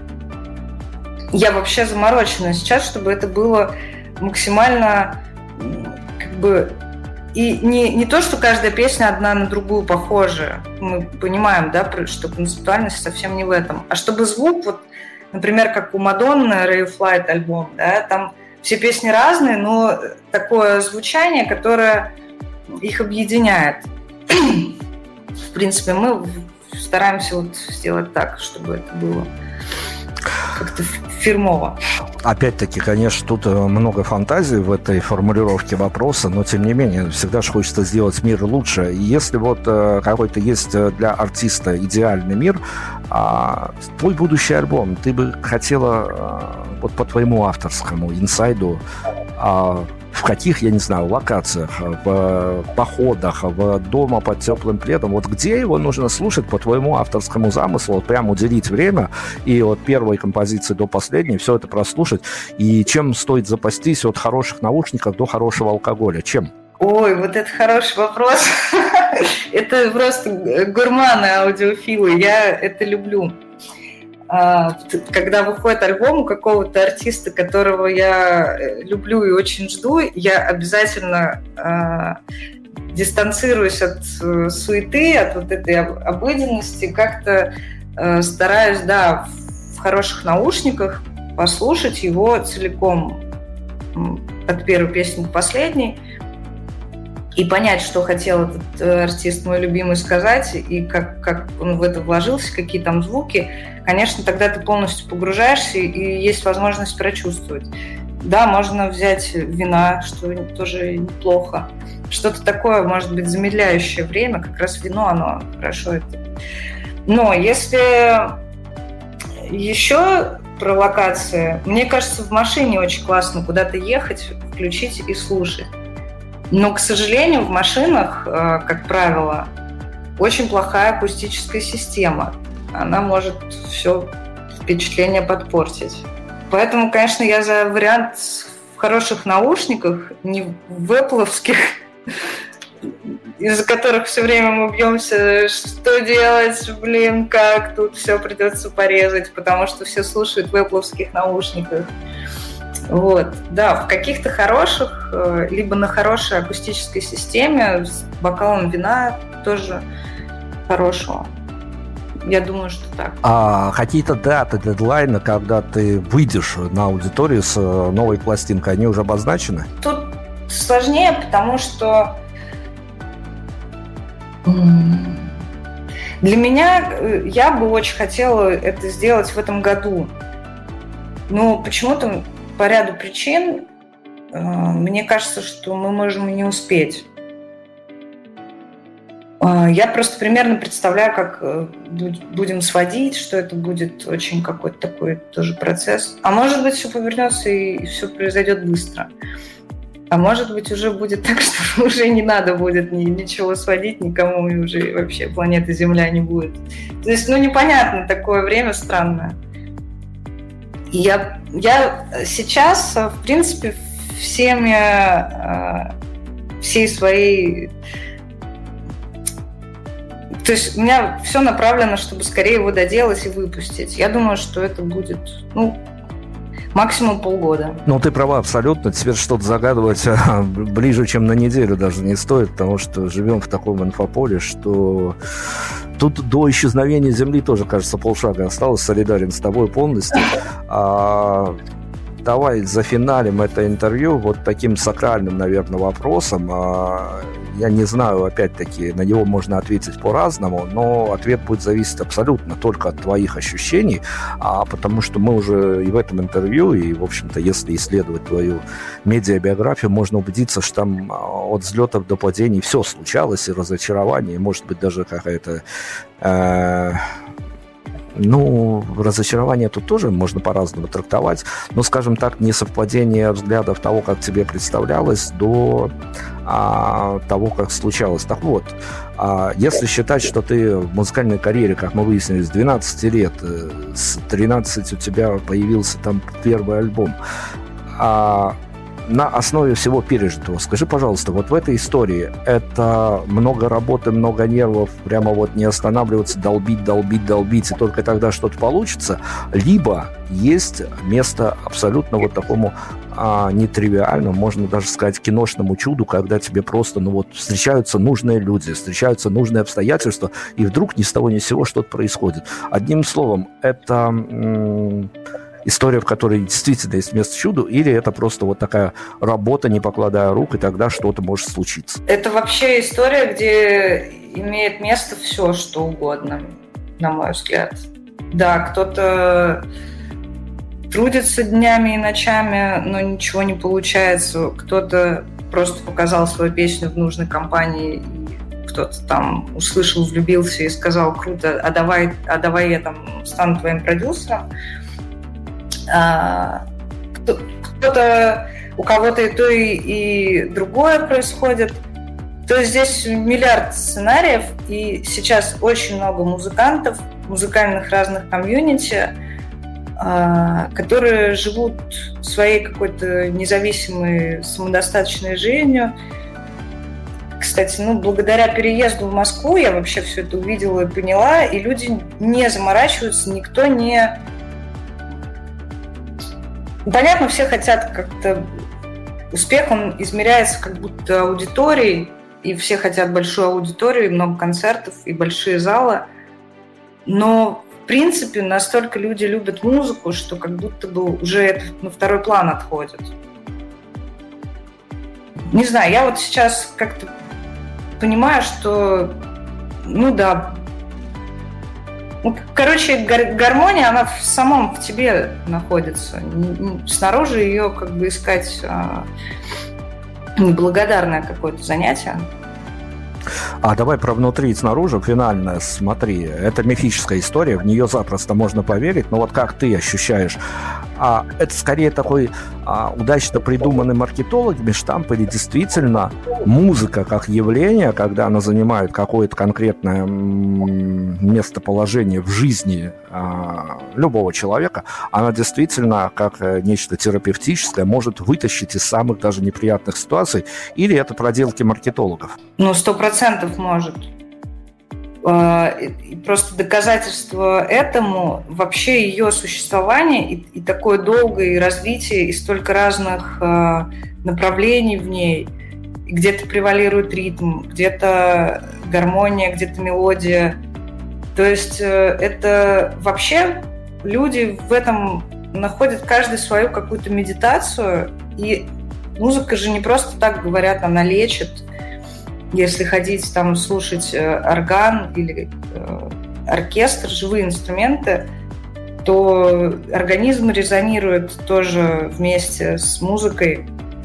D: Я вообще заморочена сейчас, чтобы это было максимально как бы... И не, не то, что каждая песня одна на другую похожа. Мы понимаем, да, что концептуальность совсем не в этом. А чтобы звук, вот, например, как у Мадонны Ray of Light альбом, да, там все песни разные, но такое звучание, которое их объединяет. В принципе, мы стараемся вот сделать так, чтобы это было как-то фирмово.
C: Опять-таки, конечно, тут много фантазий в этой формулировке вопроса, но, тем не менее, всегда же хочется сделать мир лучше. И если вот э, какой-то есть для артиста идеальный мир, а, твой будущий альбом, ты бы хотела а, вот по твоему авторскому инсайду, а, в каких, я не знаю, локациях, в походах, в дома под теплым пледом, вот где его нужно слушать по твоему авторскому замыслу, вот прям уделить время и от первой композиции до последней все это прослушать, и чем стоит запастись от хороших наушников до хорошего алкоголя, чем?
D: Ой, вот это хороший вопрос. Это просто гурманы, аудиофилы, я это люблю. Когда выходит альбом у какого-то артиста, которого я люблю и очень жду, я обязательно э, дистанцируюсь от э, суеты, от вот этой обыденности, как-то э, стараюсь, да, в хороших наушниках послушать его целиком от первой песни к последней и понять, что хотел этот артист мой любимый сказать, и как, как он в это вложился, какие там звуки. Конечно, тогда ты полностью погружаешься, и есть возможность прочувствовать. Да, можно взять вина, что тоже неплохо. Что-то такое, может быть, замедляющее время. Как раз вино, оно хорошо это. Но если еще про локации, мне кажется, в машине очень классно куда-то ехать, включить и слушать. Но, к сожалению, в машинах, как правило, очень плохая акустическая система. Она может все впечатление подпортить. Поэтому, конечно, я за вариант в хороших наушниках, не в эппловских, из-за которых все время мы бьемся, что делать, блин, как тут все придется порезать, потому что все слушают в эппловских наушниках. Вот, да, в каких-то хороших, либо на хорошей акустической системе с бокалом вина тоже хорошего. Я думаю, что так.
C: А какие-то даты, дедлайны, когда ты выйдешь на аудиторию с новой пластинкой, они уже обозначены?
D: Тут сложнее, потому что для меня, я бы очень хотела это сделать в этом году. Но почему-то по ряду причин мне кажется, что мы можем и не успеть. Я просто примерно представляю, как будем сводить, что это будет очень какой-то такой тоже процесс. А может быть, все повернется и все произойдет быстро. А может быть, уже будет так, что уже не надо будет ничего сводить никому, и уже вообще планеты Земля не будет. То есть, ну, непонятно, такое время странное. Я, я сейчас, в принципе, всеми, всей своей... То есть у меня все направлено, чтобы скорее его доделать и выпустить. Я думаю, что это будет, ну, максимум полгода.
C: Ну, ты права абсолютно. Теперь что-то загадывать ближе, чем на неделю даже не стоит, потому что живем в таком инфополе, что тут до исчезновения Земли тоже, кажется, полшага осталось. Солидарен с тобой полностью. А, давай зафиналим это интервью вот таким сакральным, наверное, вопросом. А, я не знаю, опять-таки, на него можно ответить по-разному, но ответ будет зависеть абсолютно только от твоих ощущений, а потому что мы уже и в этом интервью, и, в общем-то, если исследовать твою медиабиографию, можно убедиться, что там от взлетов до падений все случалось, и разочарование, может быть, даже какая-то... Э- Ну, разочарование тут тоже можно по-разному трактовать, но, скажем так, несовпадение взглядов того, как тебе представлялось, до а, того, как случалось. Так вот, а, если считать, что ты в музыкальной карьере, как мы выяснили, с двенадцати лет, с тринадцати у тебя появился там первый альбом, а, на основе всего пережитого, скажи, пожалуйста, вот в этой истории это много работы, много нервов, прямо вот не останавливаться, долбить, долбить, долбить, и только тогда что-то получится, либо есть место абсолютно вот такому а, нетривиальному, можно даже сказать, киношному чуду, когда тебе просто, ну вот, встречаются нужные люди, встречаются нужные обстоятельства, и вдруг ни с того ни с сего что-то происходит. Одним словом, это... М- история, в которой действительно есть место чуду, или это просто вот такая работа, не покладая рук, и тогда что-то может случиться?
D: Это вообще история, где имеет место все, что угодно, на мой взгляд. Да, кто-то трудится днями и ночами, но ничего не получается. Кто-то просто показал свою песню в нужной компании, кто-то там услышал, влюбился и сказал: круто, а давай, а давай я там стану твоим продюсером. А, кто-то, у кого-то и то, и, и другое происходит. То есть здесь миллиард сценариев, и сейчас очень много музыкантов, музыкальных разных комьюнити, которые живут своей какой-то независимой, самодостаточной жизнью. Кстати, ну, благодаря переезду в Москву я вообще все это увидела и поняла, и люди не заморачиваются, никто не... Понятно, все хотят как-то... Успех, он измеряется как будто аудиторией, и все хотят большую аудиторию, много концертов и большие залы, но в принципе настолько люди любят музыку, что как будто бы уже это на второй план отходит. Не знаю, я вот сейчас как-то понимаю, что, ну да, ну, короче, гар- гармония, она в самом в тебе находится. Снаружи ее как бы искать а, неблагодарное какое-то занятие.
C: А давай про внутри и снаружи, финальное, смотри, это мифическая история, в нее запросто можно поверить, но вот как ты ощущаешь, а, это скорее такой а, удачно придуманный маркетологами штамп или действительно музыка как явление, когда она занимает какое-то конкретное местоположение в жизни а, любого человека, она действительно как нечто терапевтическое может вытащить из самых даже неприятных ситуаций, или это проделки маркетологов?
D: Ну, сто процентов может. И просто доказательство этому вообще ее существование и, и такое долгое развитие и столько разных э, направлений в ней. Где-то превалирует ритм, где-то гармония, где-то мелодия. То есть э, это вообще люди в этом находят каждый свою какую-то медитацию. И музыка же не просто так, говорят, она лечит. Если ходить там слушать орган или э, оркестр, живые инструменты, то организм резонирует тоже вместе с музыкой,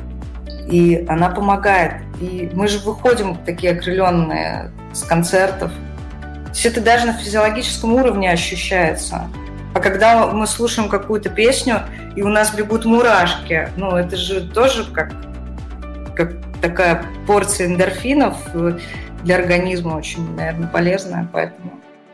D: и она помогает. И мы же выходим такие окрыленные с концертов. То есть это даже на физиологическом уровне ощущается. А когда мы слушаем какую-то песню, и у нас бегут мурашки, ну это же тоже как, как такая порция эндорфинов для организма очень, наверное, полезная, поэтому...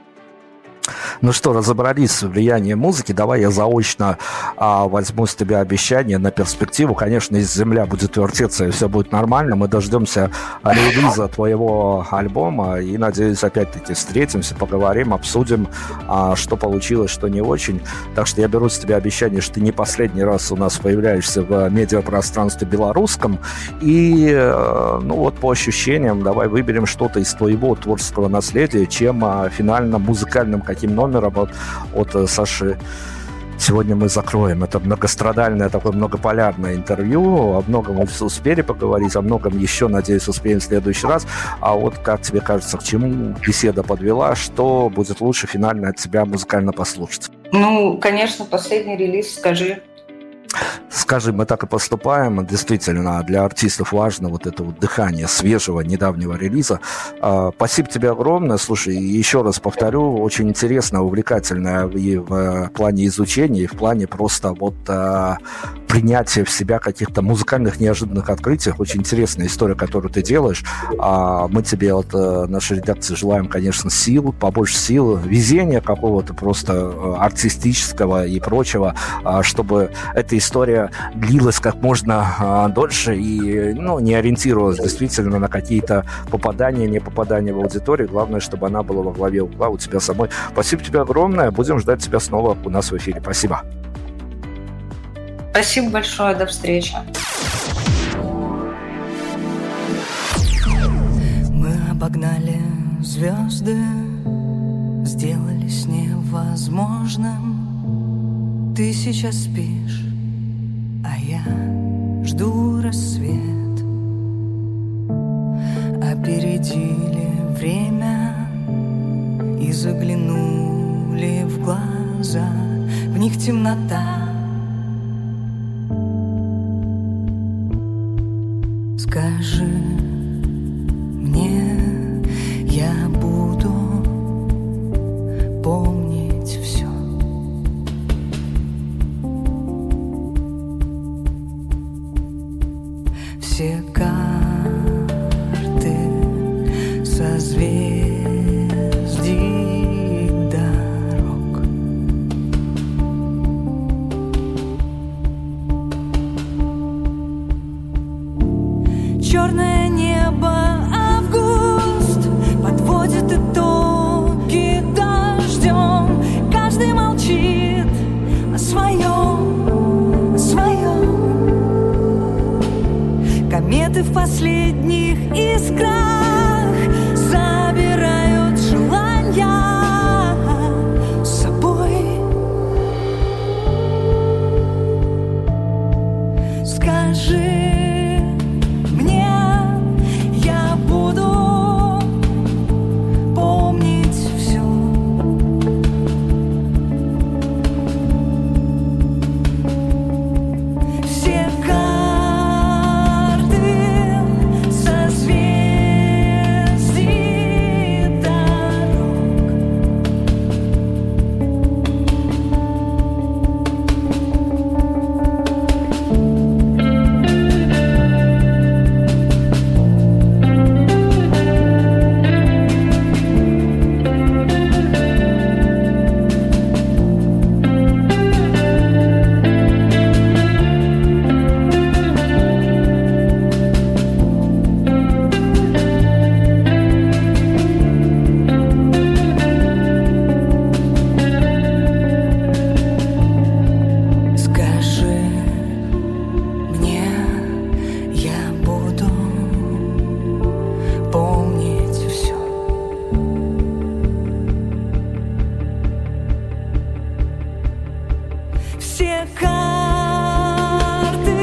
C: Ну что, разобрались с влиянием музыки. Давай я заочно а, возьму с тебя обещание на перспективу. Конечно, если земля будет вертеться и все будет нормально, мы дождемся релиза твоего альбома и, надеюсь, опять-таки встретимся, поговорим, обсудим, а, что получилось, что не очень. Так что я беру с тебя обещание, что ты не последний раз у нас появляешься в медиапространстве белорусском. И, ну вот, по ощущениям, давай выберем что-то из твоего творческого наследия, чем а, финально музыкальным каким номером от, от Саши сегодня мы закроем. Это многострадальное, такое многополярное интервью. О многом мы успели поговорить, о многом еще, надеюсь, успеем в следующий раз. А вот как тебе кажется, к чему беседа подвела? Что будет лучше финально от тебя музыкально послушать?
D: Ну, конечно, последний релиз «Скажи».
C: Скажи, мы так и поступаем. Действительно, для артистов важно вот это вот дыхание свежего, недавнего релиза. Спасибо тебе огромное. Слушай, еще раз повторю, очень интересно, увлекательно и в плане изучения, и в плане просто вот принятия в себя каких-то музыкальных неожиданных открытий. Очень интересная история, которую ты делаешь. Мы тебе от нашей редакции желаем, конечно, сил, побольше сил, везения какого-то просто артистического и прочего, чтобы эта история длилась как можно а, дольше и ну, не ориентировалась действительно на какие-то попадания, не попадания в аудиторию. Главное, чтобы она была во главе угла у тебя самой. Спасибо тебе огромное. Будем ждать тебя снова у нас в эфире. Спасибо.
D: Спасибо большое. До встречи.
B: Мы обогнали звезды, сделались невозможным. Ты сейчас спишь, а я жду рассвет. Опередили время и заглянули в глаза. В них темнота Скажи мне, я буду помнить все. Все карты созвездий дорог. Черное небо, август подводит итоги дождем. Каждый молчит о своем, о своем. Кометы в последних искрах забирают желания с собой. Скажи мне, я буду помнить все. Все карты созвездий дорог. Скажи мне, я буду помнить все. Все карты